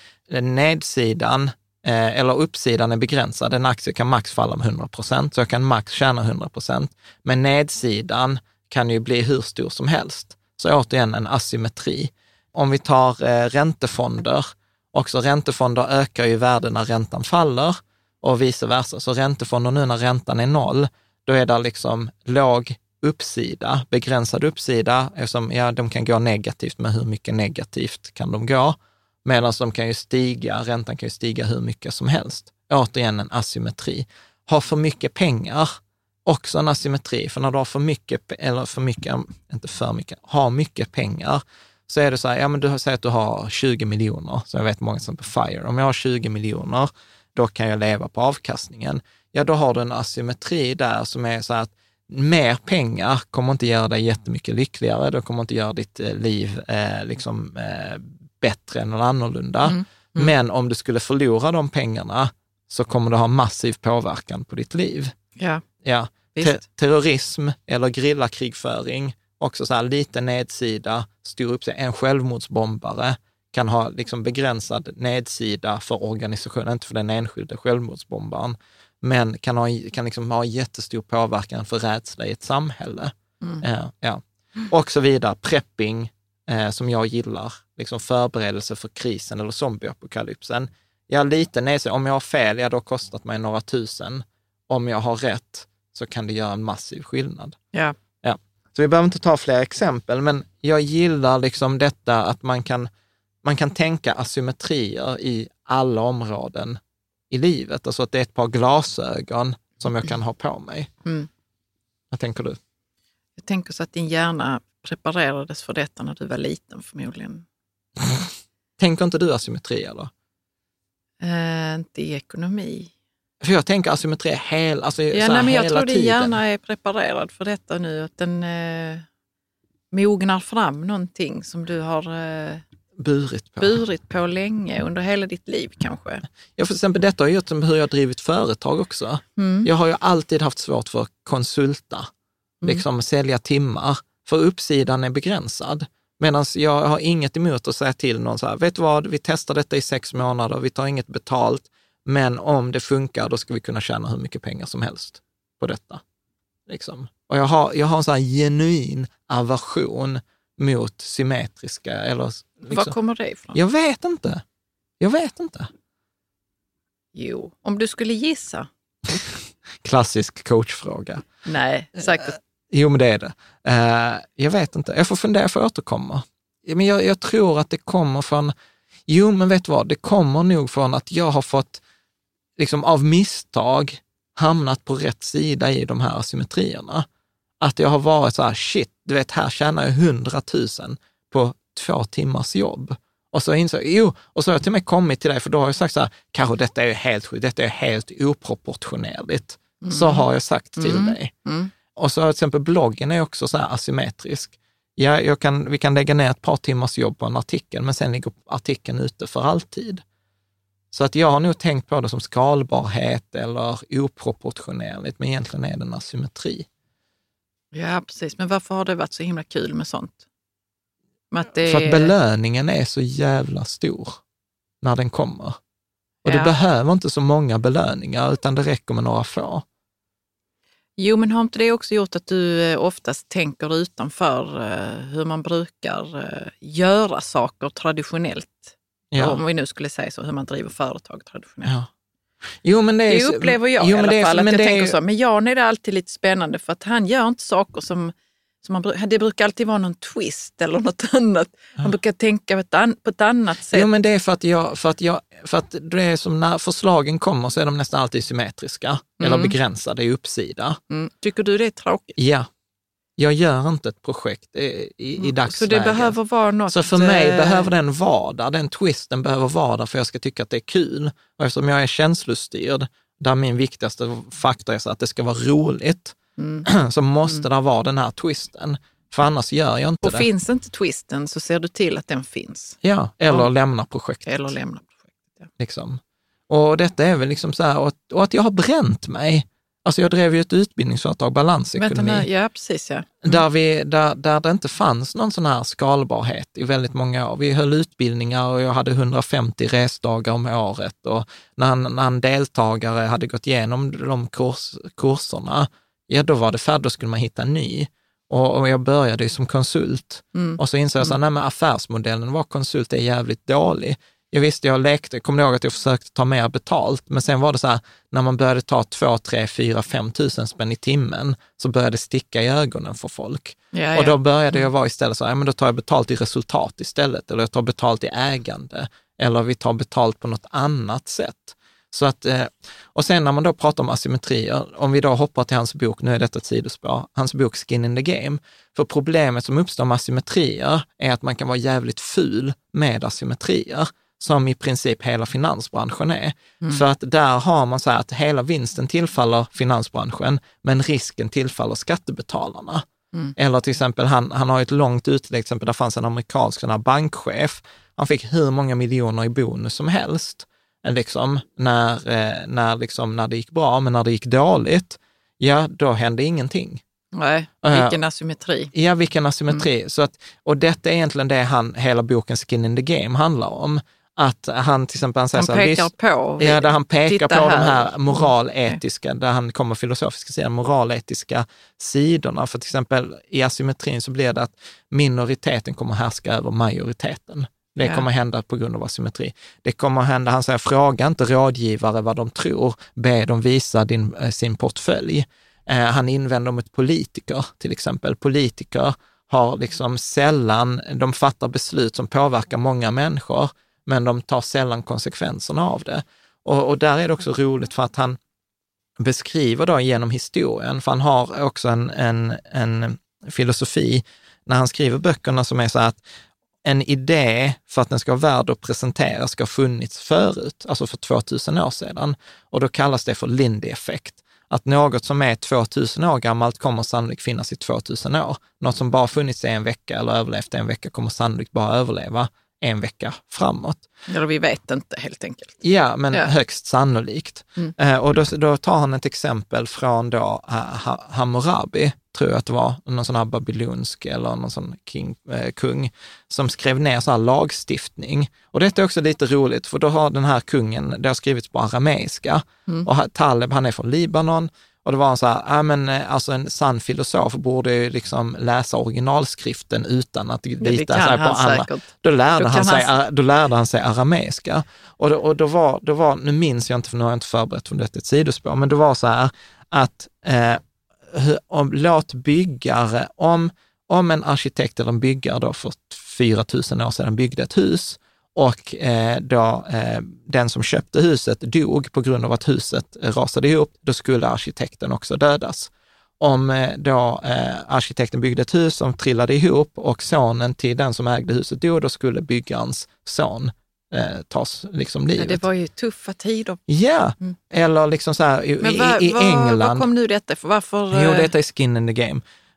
nedsidan eh, eller uppsidan är begränsad. En aktie kan max falla med hundra procent, så jag kan max tjäna hundra procent. Men nedsidan kan ju bli hur stor som helst. Så återigen en asymmetri. Om vi tar eh, räntefonder, också räntefonder ökar ju värde när räntan faller och vice versa. Så räntefonder nu när räntan är noll, då är det liksom låg uppsida, begränsad uppsida, eftersom ja, de kan gå negativt, men hur mycket negativt kan de gå? Medan de kan ju stiga, räntan kan ju stiga hur mycket som helst. Återigen en asymmetri. Har för mycket pengar, också en asymmetri, för när du har för mycket, eller för mycket, inte för mycket, har mycket pengar, så är det så här, ja men du säger att du har tjugo miljoner, så jag vet många som på FIRE, om jag har tjugo miljoner, då kan jag leva på avkastningen. Ja, då har du en asymmetri där som är så här att mer pengar kommer inte göra dig jättemycket lyckligare, det kommer inte göra ditt liv eh, liksom eh, bättre än någon annorlunda. Mm. Mm. Men om du skulle förlora de pengarna så kommer det ha massiv påverkan på ditt liv. Ja. Ja. Te- terrorism eller grillakrigföring, också så här lite nedsida, styr upp sig. En självmordsbombare kan ha liksom begränsad nedsida för organisationen, inte för den enskilde självmordsbombaren, men kan ha, kan liksom ha jättestor påverkan för rädsla i ett samhälle. Mm. Ja, ja. Och så vidare. Prepping, eh, som jag gillar, liksom förberedelse för krisen eller zombieapokalypsen. Ja, lite nedsida. Om jag har fel, ja då har kostat mig några tusen. Om jag har rätt så kan det göra en massiv skillnad. Ja. Ja. Så vi behöver inte ta fler exempel, men jag gillar liksom detta att man kan, man kan tänka asymmetrier i alla områden i livet. Alltså att det är ett par glasögon som jag kan ha på mig. Mm. Vad tänker du? Jag tänker så att din hjärna preparerades för detta när du var liten förmodligen. Tänker inte du asymmetri eller? Uh, inte i ekonomi. För jag tänker asymmetri hel, alltså ja, så här nej, men jag hela tror din tiden. hjärna är preparerad för detta nu. Att den uh, mognar fram någonting som du har uh, burit på. burit på länge under hela ditt liv kanske. Ja, för exempel detta har gjort som hur jag har drivit företag också. Mm. Jag har ju alltid haft svårt för att konsulta, mm. liksom sälja timmar, för uppsidan är begränsad. Medan jag har inget emot att säga till någon så här, vet du vad, vi testar detta i sex månader, vi tar inget betalt, men om det funkar då ska vi kunna tjäna hur mycket pengar som helst på detta. Liksom. Och jag har, jag har en sån här genuin aversion mot symmetriska. Eller, liksom. Var kommer det ifrån? Jag vet inte. Jag vet inte. Jo, om du skulle gissa. Klassisk coachfråga. Nej, säkert. Jo, men det är det. Uh, jag vet inte. Jag får fundera, jag får återkomma. Men jag, jag tror att det kommer från... Jo, men vet du vad? Det kommer nog från att jag har fått liksom av misstag hamnat på rätt sida i de här asymmetrierna. Att jag har varit så här, shit, du vet, här tjänar jag hundratusen på två timmars jobb. Och så insåg jo, och så har jag till och med kommit till dig, för då har jag sagt så här, kanske detta är ju helt sjukt, detta är helt oproportionerligt. Mm. Så har jag sagt till mm. dig. Mm. Och så till exempel bloggen är också så här asymmetrisk. Ja, jag kan, vi kan lägga ner ett par timmars jobb på en artikel, men sen ligger artikeln ute för alltid. Så att jag har nog tänkt på det som skalbarhet eller oproportionerligt, men egentligen är det en asymmetri. Ja, precis. Men varför har det varit så himla kul med sånt? Med att det... För att belöningen är så jävla stor när den kommer. Och ja. Det behöver inte så många belöningar, utan det räcker med några få. Jo, men har inte det också gjort att du oftast tänker utanför hur man brukar göra saker traditionellt? Ja. Om vi nu skulle säga så, hur man driver företag traditionellt. Ja. Jo, men det, är, det upplever jag jo, i alla är, fall. Att jag det tänker är, så. Men Jan är det alltid lite spännande för att han gör inte saker som, som man, det brukar alltid vara någon twist eller något annat. Han ja. brukar tänka på ett, an, på ett annat sätt. Jo, men det är för att jag, för att jag, för att det är som när förslagen kommer så är de nästan alltid symmetriska mm. eller begränsade i uppsida. Mm. Tycker du det är tråkigt? Ja. Jag gör inte ett projekt i, i, i dagsläget. Så det behöver vara något... Så för mig behöver den vara där, den twisten behöver vara där för jag ska tycka att det är kul. Och eftersom jag är känslostyrd, där min viktigaste faktor är så att det ska vara roligt, mm. så måste mm. det vara den här twisten. För annars gör jag inte och det. Och finns inte twisten så ser du till att den finns. Ja, eller ja. lämna projektet. Eller lämna projektet, ja. Liksom. Och detta är väl liksom så här, och att, och att jag har bränt mig. Alltså jag drev ju ett utbildningsföretag, balansekonomi. Vänta, ja, precis, ja. Mm. Där, vi, där, där det inte fanns någon sån här skalbarhet i väldigt många år. Vi höll utbildningar och jag hade hundrafemtio resdagar om året. Och när en, när en deltagare hade gått igenom de kurs, kurserna, ja då var det färdigt, då skulle man hitta en ny. Och, och jag började ju som konsult. Mm. Och så insåg jag så här, nej men affärsmodellen var konsult är jävligt dålig. Jag visste, jag lekte, jag kommer ihåg att jag försökte ta mer betalt, men sen var det så här, när man började ta två, tre, fyra, fem tusen spänn i timmen så började det sticka i ögonen för folk. Ja, och då började jag vara istället så här, ja, men då tar jag betalt i resultat istället, eller jag tar betalt i ägande, eller vi tar betalt på något annat sätt. Så att, och sen när man då pratar om asymmetrier, om vi då hoppar till hans bok, nu är detta ett sidospår, hans bok Skin in the Game, för problemet som uppstår med asymmetrier är att man kan vara jävligt ful med asymmetrier, som i princip hela finansbranschen är. Mm. För att där har man så här att hela vinsten tillfaller finansbranschen, men risken tillfaller skattebetalarna. Mm. Eller till exempel, han, han har ett långt utlägg, till exempel där fanns en amerikansk sån här bankchef, han fick hur många miljoner i bonus som helst, liksom, när, när, liksom, när det gick bra, men när det gick dåligt, ja, då hände ingenting. Nej, vilken asymmetri. Ja, vilken asymmetri. Mm. Så att, och detta är egentligen det han, hela boken Skin in the Game handlar om. Att han till exempel han säger han så här, pekar visst, på. Ja, där han pekar på här. de här moraletiska, där han kommer filosofiska sidan, moraletiska sidorna. För till exempel i asymmetrin så blir det att minoriteten kommer härska över majoriteten. Det ja. kommer hända på grund av asymmetri. Det kommer hända, han säger, fråga inte rådgivare vad de tror, be dem visa din, sin portfölj. Eh, han invänder om ett politiker, till exempel. Politiker har liksom sällan, de fattar beslut som påverkar många människor, men de tar sällan konsekvenserna av det. Och, och där är det också roligt för att han beskriver då genom historien, för han har också en, en, en filosofi när han skriver böckerna som är så att en idé för att den ska vara värd att presentera ska ha funnits förut, alltså för tvåtusen år sedan. Och då kallas det för Lindy-effekt. Att något som är tvåtusen år gammalt kommer sannolikt finnas i tvåtusen år. Något som bara funnits i en vecka eller överlevt en vecka kommer sannolikt bara överleva en vecka framåt. Eller vi vet inte helt enkelt. Ja, men ja. högst sannolikt. Mm. Eh, och då, då tar han ett exempel från då ha, Hammurabi, tror jag att det var, någon sån här babylonsk eller någon sån king, eh, kung, som skrev ner så här lagstiftning. Och detta är också lite roligt, för då har den här kungen, det har skrivits på arameiska, mm. och Taleb, han är från Libanon. Och det var en så här, ja men alltså en sann filosof borde ju liksom läsa originalskriften utan att lita sig på andra. Då lärde, då, han sig, han... då lärde han sig arameiska. Och, då, och då, var, då var, nu minns jag inte, för nu har jag inte förberett för detta ett sidospår, men det var så här att eh, om, låt byggare, om, om en arkitekt eller en byggare då för fyra tusen år sedan byggde ett hus, och eh, då eh, den som köpte huset dog på grund av att huset eh, rasade ihop, då skulle arkitekten också dödas. Om eh, då eh, arkitekten byggde ett hus som trillade ihop och sonen till den som ägde huset dog, då skulle byggarens son eh, tas liksom livet. Ja, det var ju tuffa tider. Ja, mm. eller liksom så här i, Men var, i, i England. Var kom nu detta? För varför? Jo, detta är Skin in the Game.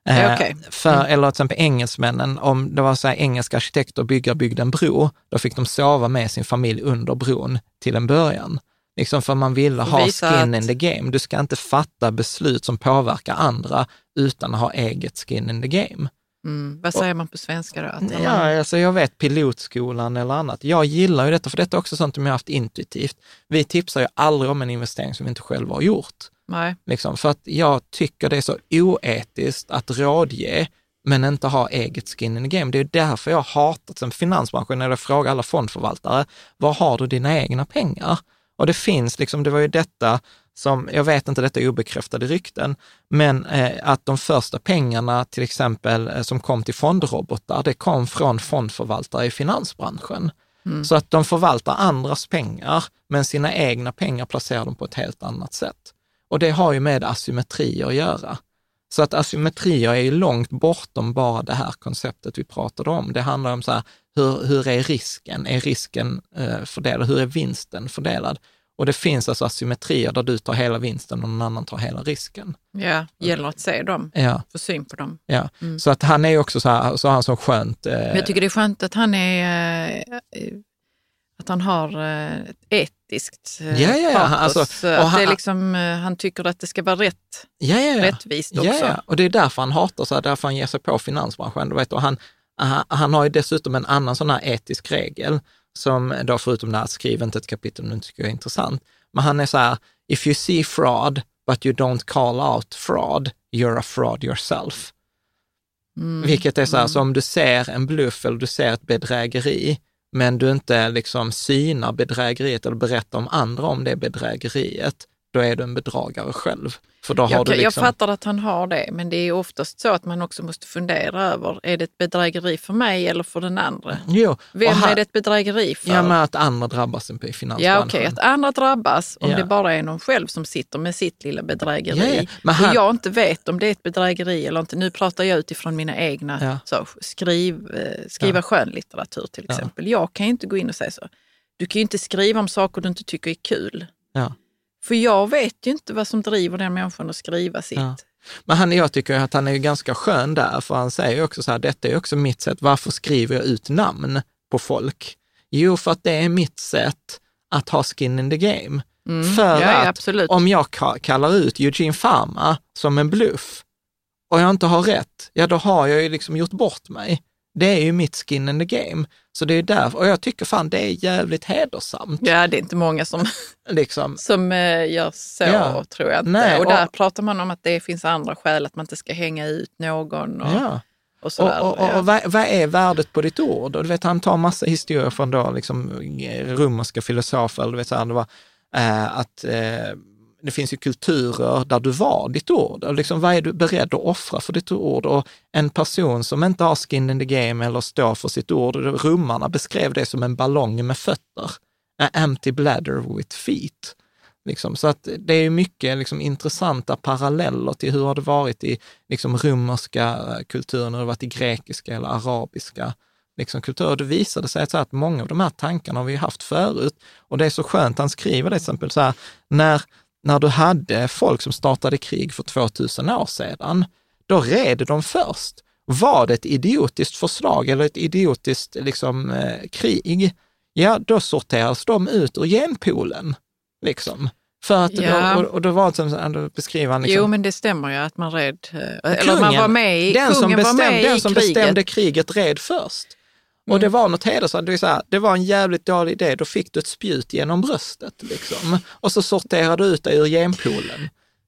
Eh, okay. för, mm. Eller till exempel engelsmännen, om det var så här engelska arkitekter bygga byggde en bro, då fick de sova med sin familj under bron till en början. Liksom för man ville ha skin att... in the game. Du ska inte fatta beslut som påverkar andra utan att ha eget skin in the game. Mm. Vad säger man på svenska då? Att ja, man... alltså jag vet pilotskolan eller annat. Jag gillar ju detta, för detta är också sånt som jag har haft intuitivt. Vi tipsar ju aldrig om en investering som vi inte själva har gjort. Nej. Liksom, för att jag tycker det är så oetiskt att rådge men inte ha eget skin in the game. Det är därför jag har hatat som finansbranschen när jag frågar alla fondförvaltare, var har du dina egna pengar? Och det finns liksom, det var ju detta som, jag vet inte, detta är obekräftade rykten, men eh, att de första pengarna till exempel eh, som kom till fondrobotar, det kom från fondförvaltare i finansbranschen. Mm. Så att de förvaltar andras pengar, men sina egna pengar placerar de på ett helt annat sätt. Och det har ju med asymmetrier att göra. Så att asymmetrier är ju långt bortom bara det här konceptet vi pratade om. Det handlar om så här, hur, hur är risken? Är risken eh, fördelad? Hur är vinsten fördelad? Och det finns alltså asymmetrier där du tar hela vinsten och någon annan tar hela risken. Ja, gäller att se dem. Ja. Få syn på dem. Ja, mm. Så att han är också så här, så han så skönt. Eh... Men jag tycker det är skönt att han är... Eh, att han har eh, ett etiskt eh, ja, ja, ja. patos. Alltså, att han, det är liksom, eh, han tycker att det ska vara rätt, ja, ja, ja. rättvist också. Ja, ja. Och det är därför han hatar så här, därför han ger sig på finansbranschen. Du vet, och han, han, han har ju dessutom en annan sån här etisk regel som då förutom det här, skriv inte ett kapitel om du inte tycker det är intressant. Men han är så här, if you see fraud but you don't call out fraud, you're a fraud yourself. Mm. Vilket är så här, mm. så om du ser en bluff eller du ser ett bedrägeri, men du inte liksom synar bedrägeriet eller berättar om andra om det bedrägeriet, då är du en bedragare själv. För då har jag, du liksom... jag fattar att han har det, men det är oftast så att man också måste fundera över, är det ett bedrägeri för mig eller för den andra? Jo. Vem här... är det ett bedrägeri för? Ja, men att andra drabbas i finansbranschen. Ja, okej, okay. Att andra drabbas om ja. det bara är någon själv som sitter med sitt lilla bedrägeri. Ja, ja. Men här... Och jag inte vet om det är ett bedrägeri eller inte. Nu pratar jag utifrån mina egna, ja. så, skriv, skriva ja. skönlitteratur till exempel. Ja. Jag kan ju inte gå in och säga så. Du kan ju inte skriva om saker du inte tycker är kul. Ja. För jag vet ju inte vad som driver den människan att skriva sitt. Ja. Men han, jag tycker att han är ju ganska skön där, för han säger ju också så här, detta är också mitt sätt, varför skriver jag ut namn på folk? Jo, för att det är mitt sätt att ha skin in the game. Mm. För ja, att absolut. om jag kallar ut Eugene Fama som en bluff och jag inte har rätt, ja då har jag ju liksom gjort bort mig. Det är ju mitt skin in the game. Så det är därför, och jag tycker fan det är jävligt hedersamt. Ja, det är inte många som, liksom. som eh, gör så, ja. tror jag inte. Nej, och där och, pratar man om att det finns andra skäl, att man inte ska hänga ut någon och, ja. och sådär. Och, och, och, och vad, vad är värdet på ditt ord? Och du vet, han tar massa historier från då, liksom, romerska filosofer, du vet, så här, det var eh, att eh, det finns ju kulturer där du var ditt ord. Och liksom, vad är du beredd att offra för ditt ord? Och en person som inte har skin in the game eller står för sitt ord, romarna beskrev det som en ballong med fötter. An empty bladder with feet. Liksom, så att det är mycket liksom, intressanta paralleller till hur har det varit i liksom, romerska kulturen, hur det varit i grekiska eller arabiska liksom, kulturer. Det visade sig så att många av de här tankarna har vi haft förut. Och det är så skönt, han skriver det till exempel så här, när När du hade folk som startade krig för tvåtusen år sedan, då red de först. Var det ett idiotiskt förslag eller ett idiotiskt liksom, eh, krig, ja då sorteras de ut ur genpoolen. Liksom. För att ja. då, och, och då var det som då beskriver han... Liksom, jo, men det stämmer ju att man red... Eller kungen, man var med i, den som, bestäm, var med den i som kriget. bestämde kriget red först. Och det var något hedersamt, det, så det var en jävligt dålig idé, då fick du ett spjut genom bröstet. Liksom. Och så sorterade du ut dig ur genpoolen.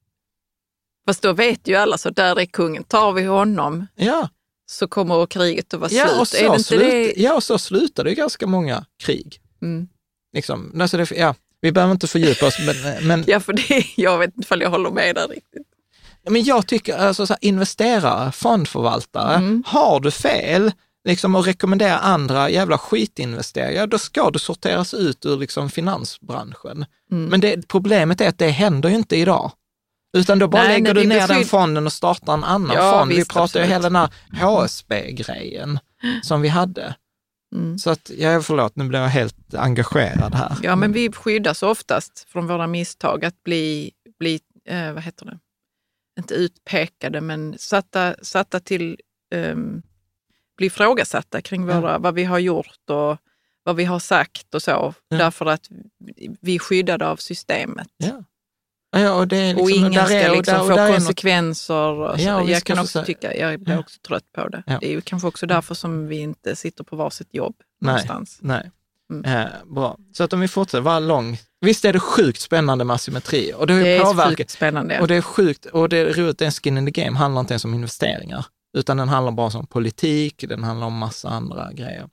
Fast då vet ju alla, så där är kungen, tar vi honom ja. så kommer kriget att vara ja, slut. Och så är det inte slut det? ja, och så slutade ju ganska många krig. Mm. Liksom. Alltså det, ja, vi behöver inte fördjupa oss, men... men ja, för det, jag vet inte om jag håller med där riktigt. Men jag tycker, alltså så här, investerare, fondförvaltare, mm. har du fel... Liksom att rekommendera andra jävla skitinvesteringar, då ska du sorteras ut ur liksom finansbranschen. Mm. Men det, problemet är att det händer ju inte idag. Utan då bara nej, lägger nej, du ner beskydd... den fonden och startar en annan ja, fond. Visst, vi pratar absolut. ju hela den här H S B-grejen som vi hade. Mm. Så att, ja, förlåt, nu blir jag helt engagerad här. Ja, men vi skyddas oftast från våra misstag att bli, bli eh, vad heter det? inte utpekade, men satta, satta till um, bli ifrågasatta kring våra, ja. vad vi har gjort och vad vi har sagt och så. Ja. Därför att vi är skyddade av systemet. Ja. Ja, och, det är liksom, och ingen där ska är, och liksom där, och få där konsekvenser. Och ja, och jag kan också försöka... tycka, jag blir också ja. trött på det. Ja. Det är ju kanske också därför som vi inte sitter på varsitt jobb nej, någonstans. Nej, mm. eh, bra. Så att om vi fortsätter, var lång. Visst är det sjukt spännande med asymmetri. Och det, är, det är påverkat, sjukt spännande. Och det är sjukt, och det är roligt, en skin in the game handlar inte ens om investeringar. Utan den handlar bara om politik, den handlar om massa andra grejer.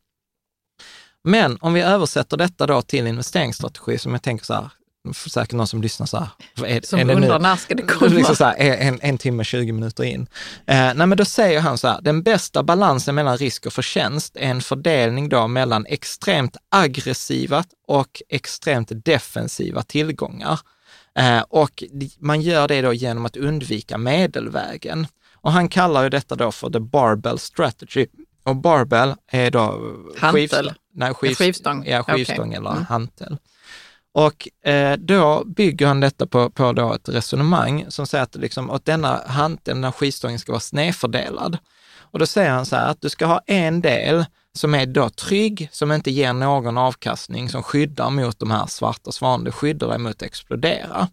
Men om vi översätter detta då till investeringsstrategi, som jag tänker så här, för säkert någon som lyssnar så här. Är, som är det undrar nu, när ska det komma? Liksom så här, en, en timme, tjugo minuter in. Eh, nej men då säger han så här, den bästa balansen mellan risk och förtjänst är en fördelning då mellan extremt aggressiva och extremt defensiva tillgångar. Eh, och man gör det då genom att undvika medelvägen. Och han kallar ju detta då för the barbell strategy. Och barbell är då hantel. Nej, skiv, skivstång. Ja, skivstång okay. eller mm. hantel. Och eh, då bygger han detta på, på då ett resonemang som säger att, liksom, att denna hanteln, den här skivstången ska vara snedfördelad. Och då säger han så här att du ska ha en del som är då trygg, som inte ger någon avkastning, som skyddar mot de här svarta svanen, det skyddar dig mot att explodera.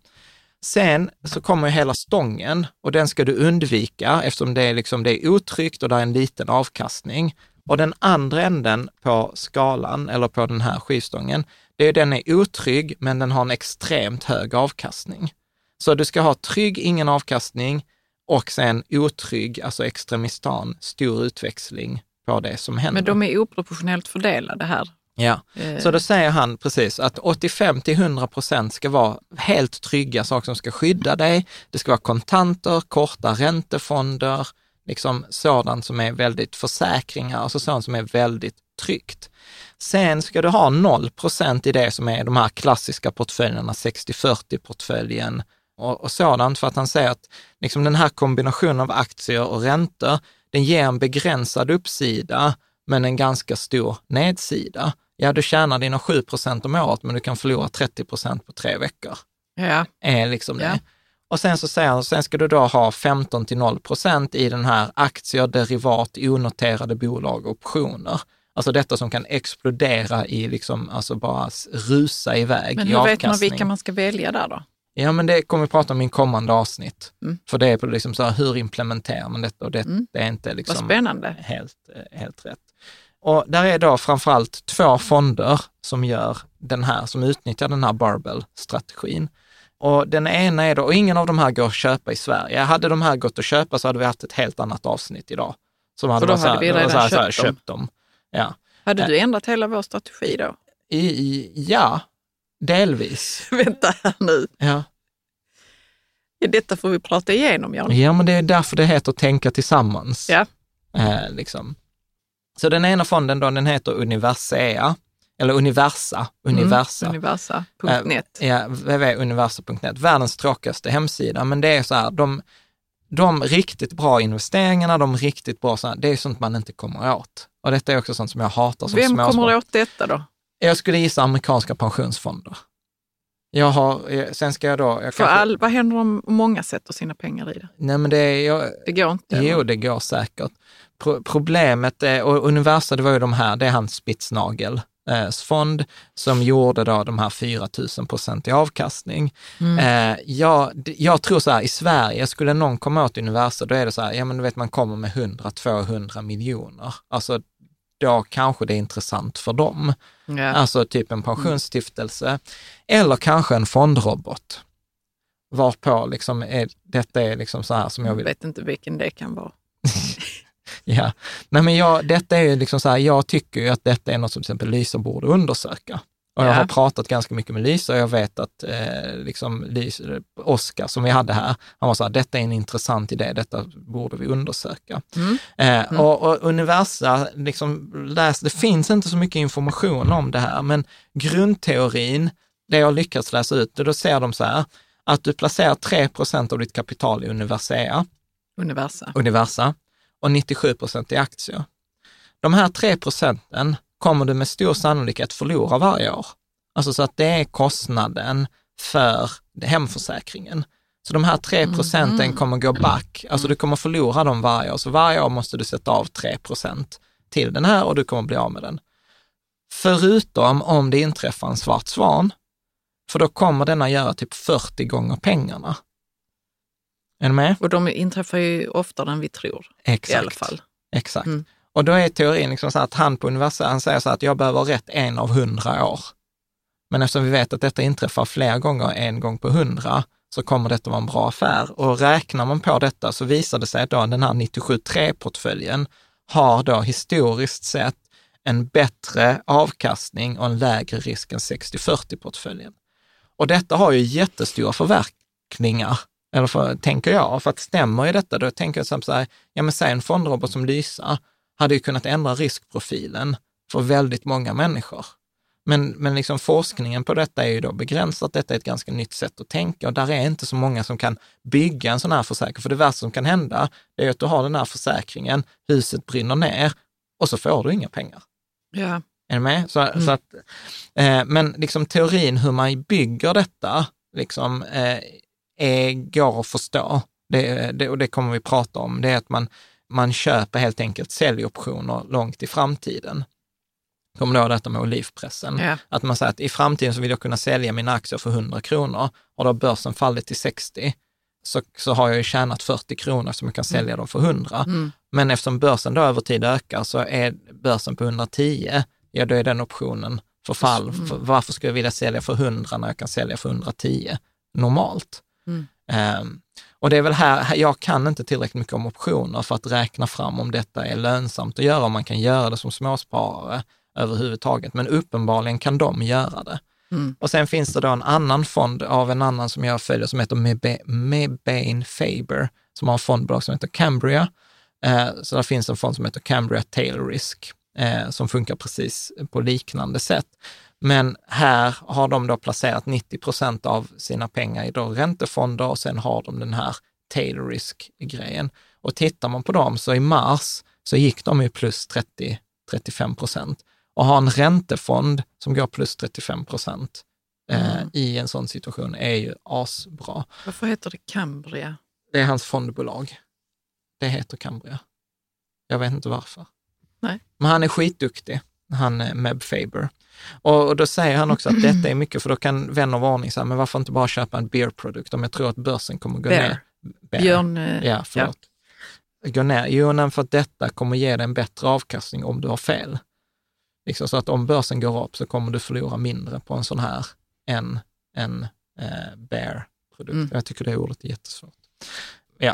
Sen så kommer hela stången och den ska du undvika eftersom det är, liksom, det är otryggt och det är en liten avkastning. Och den andra änden på skalan eller på den här skivstången, det är den är otrygg men den har en extremt hög avkastning. Så du ska ha trygg, ingen avkastning och sen otrygg, alltså extremistan, stor utväxling på det som händer. Men de är oproportionellt fördelade här. Ja, eh. så då säger han precis att åttiofem till hundra procent ska vara helt trygga saker som ska skydda dig. Det ska vara kontanter, korta räntefonder, liksom sådant som är väldigt försäkringar, alltså sådant som är väldigt tryggt. Sen ska du ha noll procent i det som är de här klassiska portföljerna, sextio fyrtio-portföljen och, och sådant, för att han säger att liksom den här kombinationen av aktier och räntor, den ger en begränsad uppsida men en ganska stor nedsida. Ja, du tjänar dina sju procent om året men du kan förlora trettio procent på tre veckor. Ja. Är liksom ja. det. Och sen så säger han, sen ska du då ha femton till noll procent i den här aktier, derivat, onoterade bolag och optioner. Alltså detta som kan explodera i liksom, alltså bara rusa iväg. Men i hur avkastning. vet man vilka man ska välja där då? Ja, men det kommer vi prata om i en kommande avsnitt. Mm. För det är på liksom så här, hur implementerar man detta? Och det, mm. det är inte liksom Vad spännande. Helt, helt rätt. Och där är då framförallt två fonder som gör den här, som utnyttjar den här barbell-strategin. Och den ena är då, och ingen av de här går att köpa i Sverige. Hade de här gått att köpa så hade vi haft ett helt annat avsnitt idag. Som hade, För då hade hade vi redan så här, köpt, så här, dem. köpt dem. Ja. Hade du ändrat hela vår strategi då? I, i, ja, delvis. Vänta här nu. Ja. Ja, detta får vi prata igenom, Jan. Ja, men det är därför det heter tänka tillsammans. Ja. Eh, liksom. Så den ena fonden då, den heter Universea, eller Universa. Universa. Mm, Universa punkt net. Eh, ja, w w w punkt universa punkt net. Världens tråkigaste hemsida. Men det är så här, de, de riktigt bra investeringarna, de riktigt bra, så här, det är sånt man inte kommer åt. Och detta är också sånt som jag hatar som Vem småspår. kommer åt detta då? Jag skulle gissa amerikanska pensionsfonder. Jag har, sen ska jag då... Jag För kanske, all, vad händer om många sätter sina pengar i det? nej men det är... Jag, det går inte? Jo, eller? det går säkert. Pro, problemet är, och Universa, det var ju de här, det är hans Spitsnagels eh, fond som gjorde då de här fyra tusen procent i avkastning. Mm. Eh, jag, jag tror så här, i Sverige skulle någon komma åt Universa, då är det så här, ja men du vet man kommer med hundra till tvåhundra miljoner. Alltså då kanske det är intressant för dem. Ja. Alltså typ en pensionsstiftelse. Mm. Eller kanske en fondrobot. Varpå liksom är, detta är liksom så här som jag vill... Jag vet inte vilken det kan vara. Ja, nej men jag, detta är ju liksom så här, jag tycker ju att detta är något som till exempel Lysa borde undersöka. Och jag ja. har pratat ganska mycket med Lysa och jag vet att eh, liksom Lysa, Oskar som vi hade här, han var så här, detta är en intressant idé, detta borde vi undersöka. Mm. Eh, mm. Och, och Universa, liksom, läs, det finns inte så mycket information om det här, men grundteorin, det jag lyckats läsa ut, då ser de så här, att du placerar tre procent av ditt kapital i Universea. Universa. Universa. Och nittiosju procent i aktier. De här tre procenten kommer du med stor sannolikhet förlora varje år. Alltså så att det är kostnaden för hemförsäkringen. Så de här tre procenten mm. kommer gå back. Alltså du kommer förlora dem varje år. Så varje år måste du sätta av tre procent till den här och du kommer bli av med den. Förutom om det inträffar en svart svan. För då kommer denna göra typ fyrtio gånger pengarna. Är du med? Och de inträffar ju oftare än vi tror. Exakt. I alla fall. Exakt. Mm. Och då är teorin liksom så att han på universum, han säger så att jag behöver rätt en av hundra år. Men eftersom vi vet att detta inträffar flera gånger, en gång på hundra, så kommer detta vara en bra affär. Och räknar man på detta så visar det sig att då den här nittiosju tre-portföljen har då historiskt sett en bättre avkastning och en lägre risk än sextio fyrtio-portföljen. Och detta har ju jättestora förverkningar, eller för, tänker jag, för att stämmer i detta, då tänker jag som så här, ja men säg en fondrobot som Lysa hade ju kunnat ändra riskprofilen för väldigt många människor. Men, men liksom forskningen på detta är ju då begränsat, detta är ett ganska nytt sätt att tänka och där är inte så många som kan bygga en sån här försäkring, för det värsta som kan hända är ju att du har den här försäkringen, huset brinner ner och så får du inga pengar. Ja. Är du med? Så, Mm. så att, eh, men liksom teorin hur man bygger detta liksom, eh, är, går att förstå. Det, det, och det kommer vi prata om. Det är att man, man köper helt enkelt säljoptioner långt i framtiden. Kommer då detta med olivpressen. Ja. Att man säger att i framtiden så vill jag kunna sälja mina aktier för hundra kronor och då har börsen fallit till sextio. Så, så har jag ju tjänat fyrtio kronor som jag kan sälja dem för hundra. Mm. Men eftersom börsen då över tid ökar så är börsen på hundratio, ja då är den optionen förfall. Mm. För varför ska jag vilja sälja för hundra när jag kan sälja för hundratio normalt? Mm. Um, och det är väl här, jag kan inte tillräckligt mycket om optioner för att räkna fram om detta är lönsamt att göra, om man kan göra det som småsparare överhuvudtaget. Men uppenbarligen kan de göra det. Mm. Och sen finns det då en annan fond av en annan som jag följer som heter Meb- Mebane Faber, som har en fondbolag som heter Cambria. Eh, så där finns en fond som heter Cambria Tail Risk eh, som funkar precis på liknande sätt. Men här har de då placerat nittio procent av sina pengar i då räntefonder och sen har de den här tail risk-grejen. Och tittar man på dem så i mars så gick de ju plus trettio till trettiofem procent. Och ha en räntefond som går plus trettiofem procent eh, mm. i en sån situation är ju asbra. Varför heter det Cambria? Det är hans fondbolag. Det heter Cambria. Jag vet inte varför. Nej. Men han är skitduktig, han är Meb Faber. Och, och då säger han också att detta är mycket, för då kan vänner av ordning säga, men varför inte bara köpa en beer-produkt om jag tror att börsen kommer gå Bear. ner? Bear. Björn. Eh, Ja, förlåt. Ja. Gå ner. Jo, men för att detta kommer ge dig en bättre avkastning om du har fel. Liksom så att om börsen går upp så kommer du förlora mindre på en sån här än en eh, bear-produkt. Mm. Jag tycker det ordet är jättesvårt. Ja.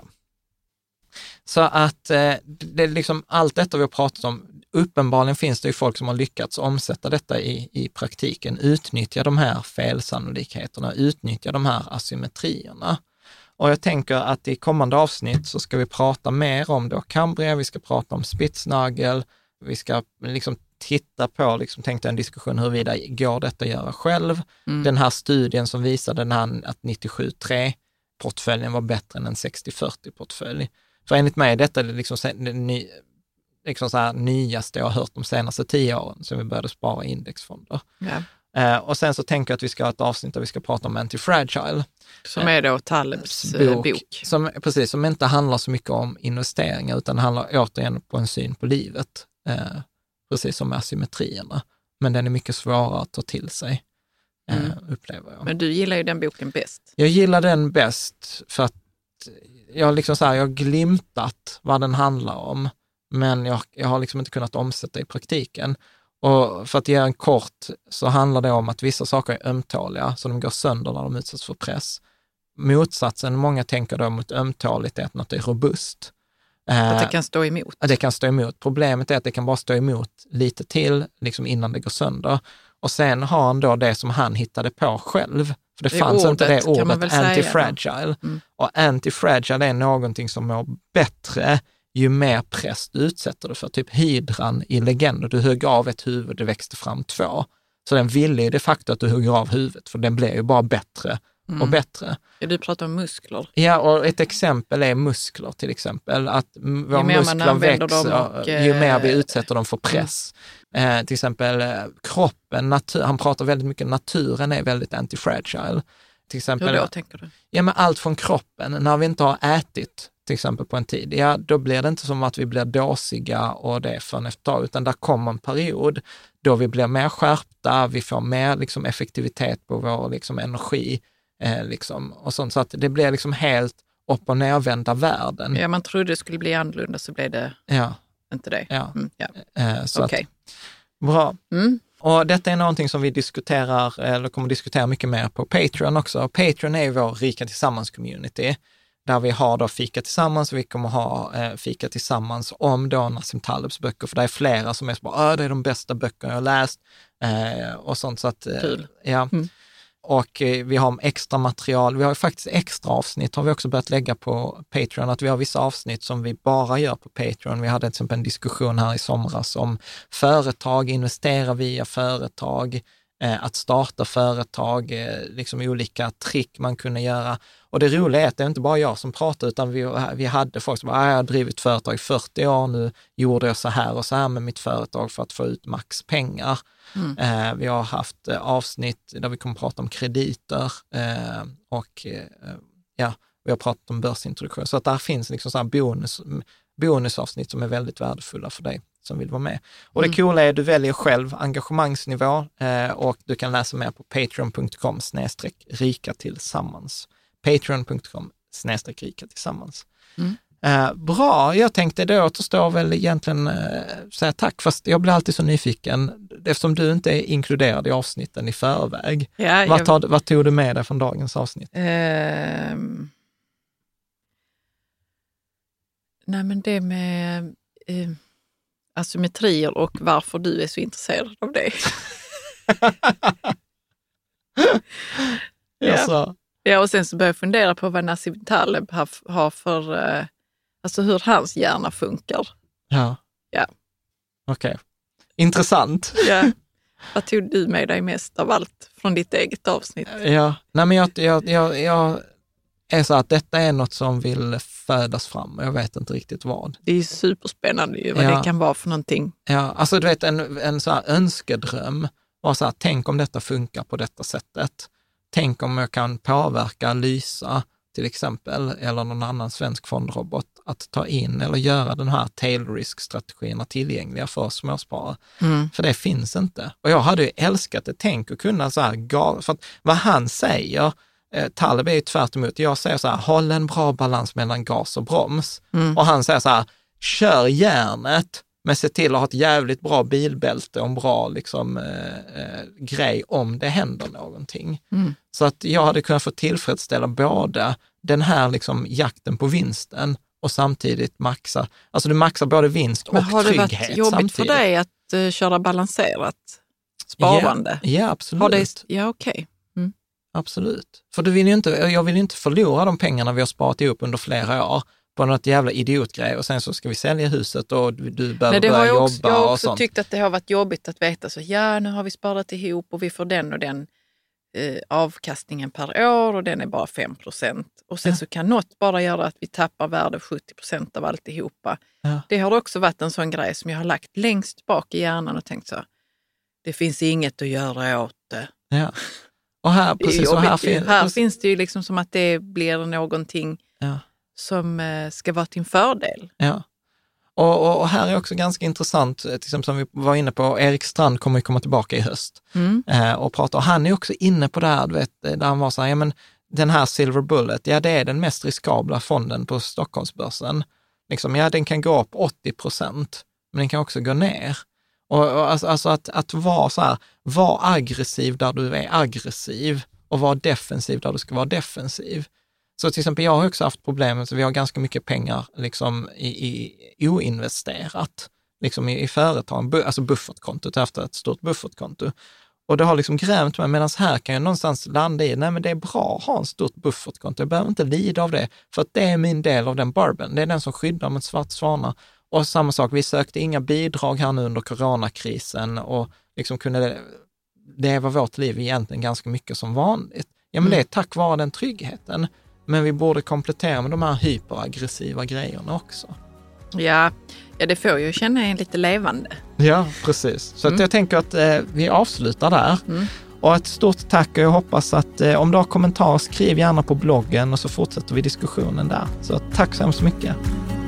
Så att eh, det är liksom allt detta vi har pratat om, uppenbarligen finns det ju folk som har lyckats omsätta detta i, i praktiken, utnyttja de här felsannolikheterna, utnyttja de här asymmetrierna. Och jag tänker att i kommande avsnitt så ska vi prata mer om då Cambria, vi ska prata om Spitznagel, vi ska liksom titta på, liksom tänkte en diskussion huruvida går detta att göra själv. Mm. Den här studien som visade den här, att nittiosju tre-portföljen var bättre än en sextio fyrtio-portfölj. För enligt mig är detta liksom, ny, liksom så här nyaste jag har hört de senaste tio åren som vi började spara indexfonder. Ja. Eh, och sen så tänker jag att vi ska ha ett avsnitt där vi ska prata om Antifragile. Som är då Talebs eh, bok. bok. Som, precis, som inte handlar så mycket om investeringar utan handlar återigen på en syn på livet. Eh, precis som asymmetrierna. Men den är mycket svårare att ta till sig, eh, mm. upplever jag. Men du gillar ju den boken bäst. Jag gillar den bäst för att jag har liksom så här, jag har glimtat vad den handlar om, men jag, jag har liksom inte kunnat omsätta i praktiken. Och för att ge en kort så handlar det om att vissa saker är ömtåliga, så de går sönder när de utsätts för press. Motsatsen, många tänker då mot ömtåligt, är att något är robust. Att det kan stå emot. Det kan stå emot. Problemet är att det kan bara stå emot lite till liksom innan det går sönder. Och sen har han då det som han hittade på själv. För det, det fanns ordet, inte det ordet antifragile. Mm. Och antifragile är någonting som mår bättre ju mer press du utsätter det för. Typ hydran i Legender. Du hugger av ett huvud, det växte fram två. Så den ville ju de facto att du hugger av huvudet. För den blir ju bara bättre mm. och bättre. Ja, du pratar om muskler. Ja, och ett exempel är muskler till exempel. Att våra muskler växer och, ju mer vi utsätter dem för press. Mm. Eh, till exempel eh, kroppen, natur, han pratar väldigt mycket, naturen är väldigt antifragile. Till exempel, Hur då tänker du? Ja, men allt från kroppen, när vi inte har ätit till exempel på en tid, ja då blir det inte som att vi blir dåsiga och det för ett tag, utan där kommer en period då vi blir mer skärpta, vi får mer liksom, effektivitet på vår liksom, energi eh, liksom, och sånt, så att det blir liksom helt upp- och nervända världen. Ja, man trodde det skulle bli annorlunda så blev det ja. inte det. Ja. Mm, ja. Eh, så Okej. att, bra. Mm. Och detta är någonting som vi diskuterar, eller kommer att diskutera mycket mer på Patreon också. Patreon är ju vår Rika Tillsammans-community, där vi har då Fika Tillsammans, och vi kommer ha eh, Fika Tillsammans om då Nassim Talebs böcker, för det är flera som är så bara, det är de bästa böckerna jag har läst, eh, och sånt. Så att, eh, Kul. Ja. Mm. Och eh, vi har extra material, vi har ju faktiskt extra avsnitt, har vi också börjat lägga på Patreon, att vi har vissa avsnitt som vi bara gör på Patreon. Vi hade till exempel en diskussion här i somras om företag, investera via företag, eh, att starta företag, eh, liksom olika trick man kunde göra. Och det roliga är att det är inte bara jag som pratar, utan vi, vi hade folk som bara, jag har drivit företag i fyrtio år, nu gjorde jag så här och så här med mitt företag för att få ut max pengar. Mm. Eh, vi har haft eh, avsnitt där vi kommer att prata om krediter eh, och eh, ja, vi har pratat om börsintroduktion. Så att där finns liksom så här bonus, bonusavsnitt som är väldigt värdefulla för dig som vill vara med. Och det mm. coola är att du väljer själv engagemangsnivå eh, och du kan läsa mer på patreon punkt com snedstreck rika tillsammans. patreon punkt com snedstreck rika tillsammans. Mm. Eh, bra, jag tänkte då återstår väl egentligen eh, säga tack, fast jag blir alltid så nyfiken eftersom du inte är inkluderad i avsnitten i förväg. Ja, vad, tar, vad tog du med dig från dagens avsnitt? Eh, nej men det med eh, asymmetrier och varför du är så intresserad av det. ja. ja, och sen så börjar jag fundera på vad Nassim Taleb har, har för... Eh, Alltså hur hans hjärna funkar. Ja. Ja. Okej. Okay. Intressant. Ja. Vad tog du med dig mest av allt från ditt eget avsnitt? Ja. Nej, men jag, jag, jag, jag är så att detta är något som vill födas fram. Jag vet inte riktigt vad. Det är superspännande ju, vad ja. det kan vara för någonting. Ja, alltså du vet en, en så här önskedröm var så här, tänk om detta funkar på detta sättet. Tänk om jag kan påverka Lysa till exempel, eller någon annan svensk fondrobot, att ta in eller göra den här tail risk-strategierna tillgängliga för småsparare. Mm. För det finns inte. Och jag hade ju älskat det, tänk att kunna så här, för att vad han säger, eh, Taleb är ju tvärt emot, jag säger så här, håll en bra balans mellan gas och broms. Mm. Och han säger så här, kör järnet, men se till att ha ett jävligt bra bilbälte och en bra liksom, eh, eh, grej om det händer någonting. Mm. Så att jag hade kunnat få tillfredsställa både den här liksom, jakten på vinsten och samtidigt maxa, alltså du maxar både vinst och trygghet samtidigt. Men har det varit jobbigt samtidigt. för dig att uh, köra balanserat sparande? Ja, ja absolut. Har det, ja, okej. Okay. Mm. Absolut. För du vill ju inte, jag vill ju inte förlora de pengarna vi har sparat ihop under flera år på något jävla idiotgrej och sen så ska vi sälja huset och du behöver börja jobba också, jag har och också sånt. tyckt att det har varit jobbigt att veta så, ja nu har vi sparat ihop och vi får den och den eh, avkastningen per år och den är bara fem procent. Och sen ja. så kan något bara göra att vi tappar värde sjuttio procent av alltihopa. Ja. Det har också varit en sån grej som jag har lagt längst bak i hjärnan och tänkt så, det finns inget att göra åt det. Ja. Och här, precis, och här, fin- här finns det ju liksom som att det blir någonting ja. som eh, ska vara till en fördel. Ja. Och, och, och här är också ganska intressant, till exempel som vi var inne på, Erik Strand kommer ju komma tillbaka i höst mm. eh, och prata. Och han är också inne på det här, du vet, där han var så här, ja men den här Silver Bullet, ja det är den mest riskabla fonden på Stockholmsbörsen. Liksom, ja den kan gå upp åttio procent, men den kan också gå ner. Och, och alltså, alltså att, att vara så här, var aggressiv där du är aggressiv och vara defensiv där du ska vara defensiv. Så till exempel jag har också haft problem, så vi har ganska mycket pengar liksom i, i oinvesterat liksom i, i företag, bu, alltså buffertkontot, efter ett stort buffertkonto. Och det har liksom grämt mig, medan här kan jag någonstans landa i, nej men det är bra att ha en stort buffertkonto, jag behöver inte lida av det, för att det är min del av den bourbon, det är den som skyddar mot svart svanar. Och samma sak, vi sökte inga bidrag här nu under coronakrisen och liksom kunde leva vårt liv egentligen ganska mycket som vanligt. Ja men mm. det är tack vare den tryggheten. Men vi borde komplettera med de här hyperaggressiva grejerna också. Ja, ja det får ju känna en lite levande. Ja, precis. Så mm. att jag tänker att eh, vi avslutar där. Mm. Och ett stort tack, och jag hoppas att eh, om du har kommentarer, skriv gärna på bloggen och så fortsätter vi diskussionen där. Så tack så hemskt mycket.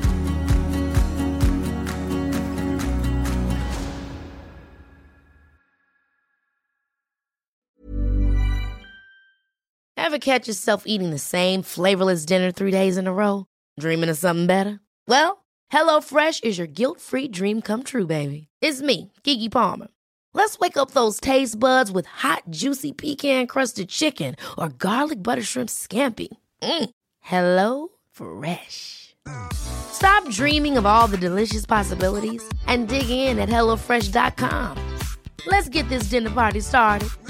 Ever catch yourself eating the same flavorless dinner three days in a row? Dreaming of something better? Well, HelloFresh is your guilt-free dream come true, baby. It's me, Keke Palmer. Let's wake up those taste buds with hot, juicy pecan-crusted chicken or garlic butter shrimp scampi. Mm. Hello Fresh. Stop dreaming of all the delicious possibilities and dig in at hello fresh dot com. Let's get this dinner party started.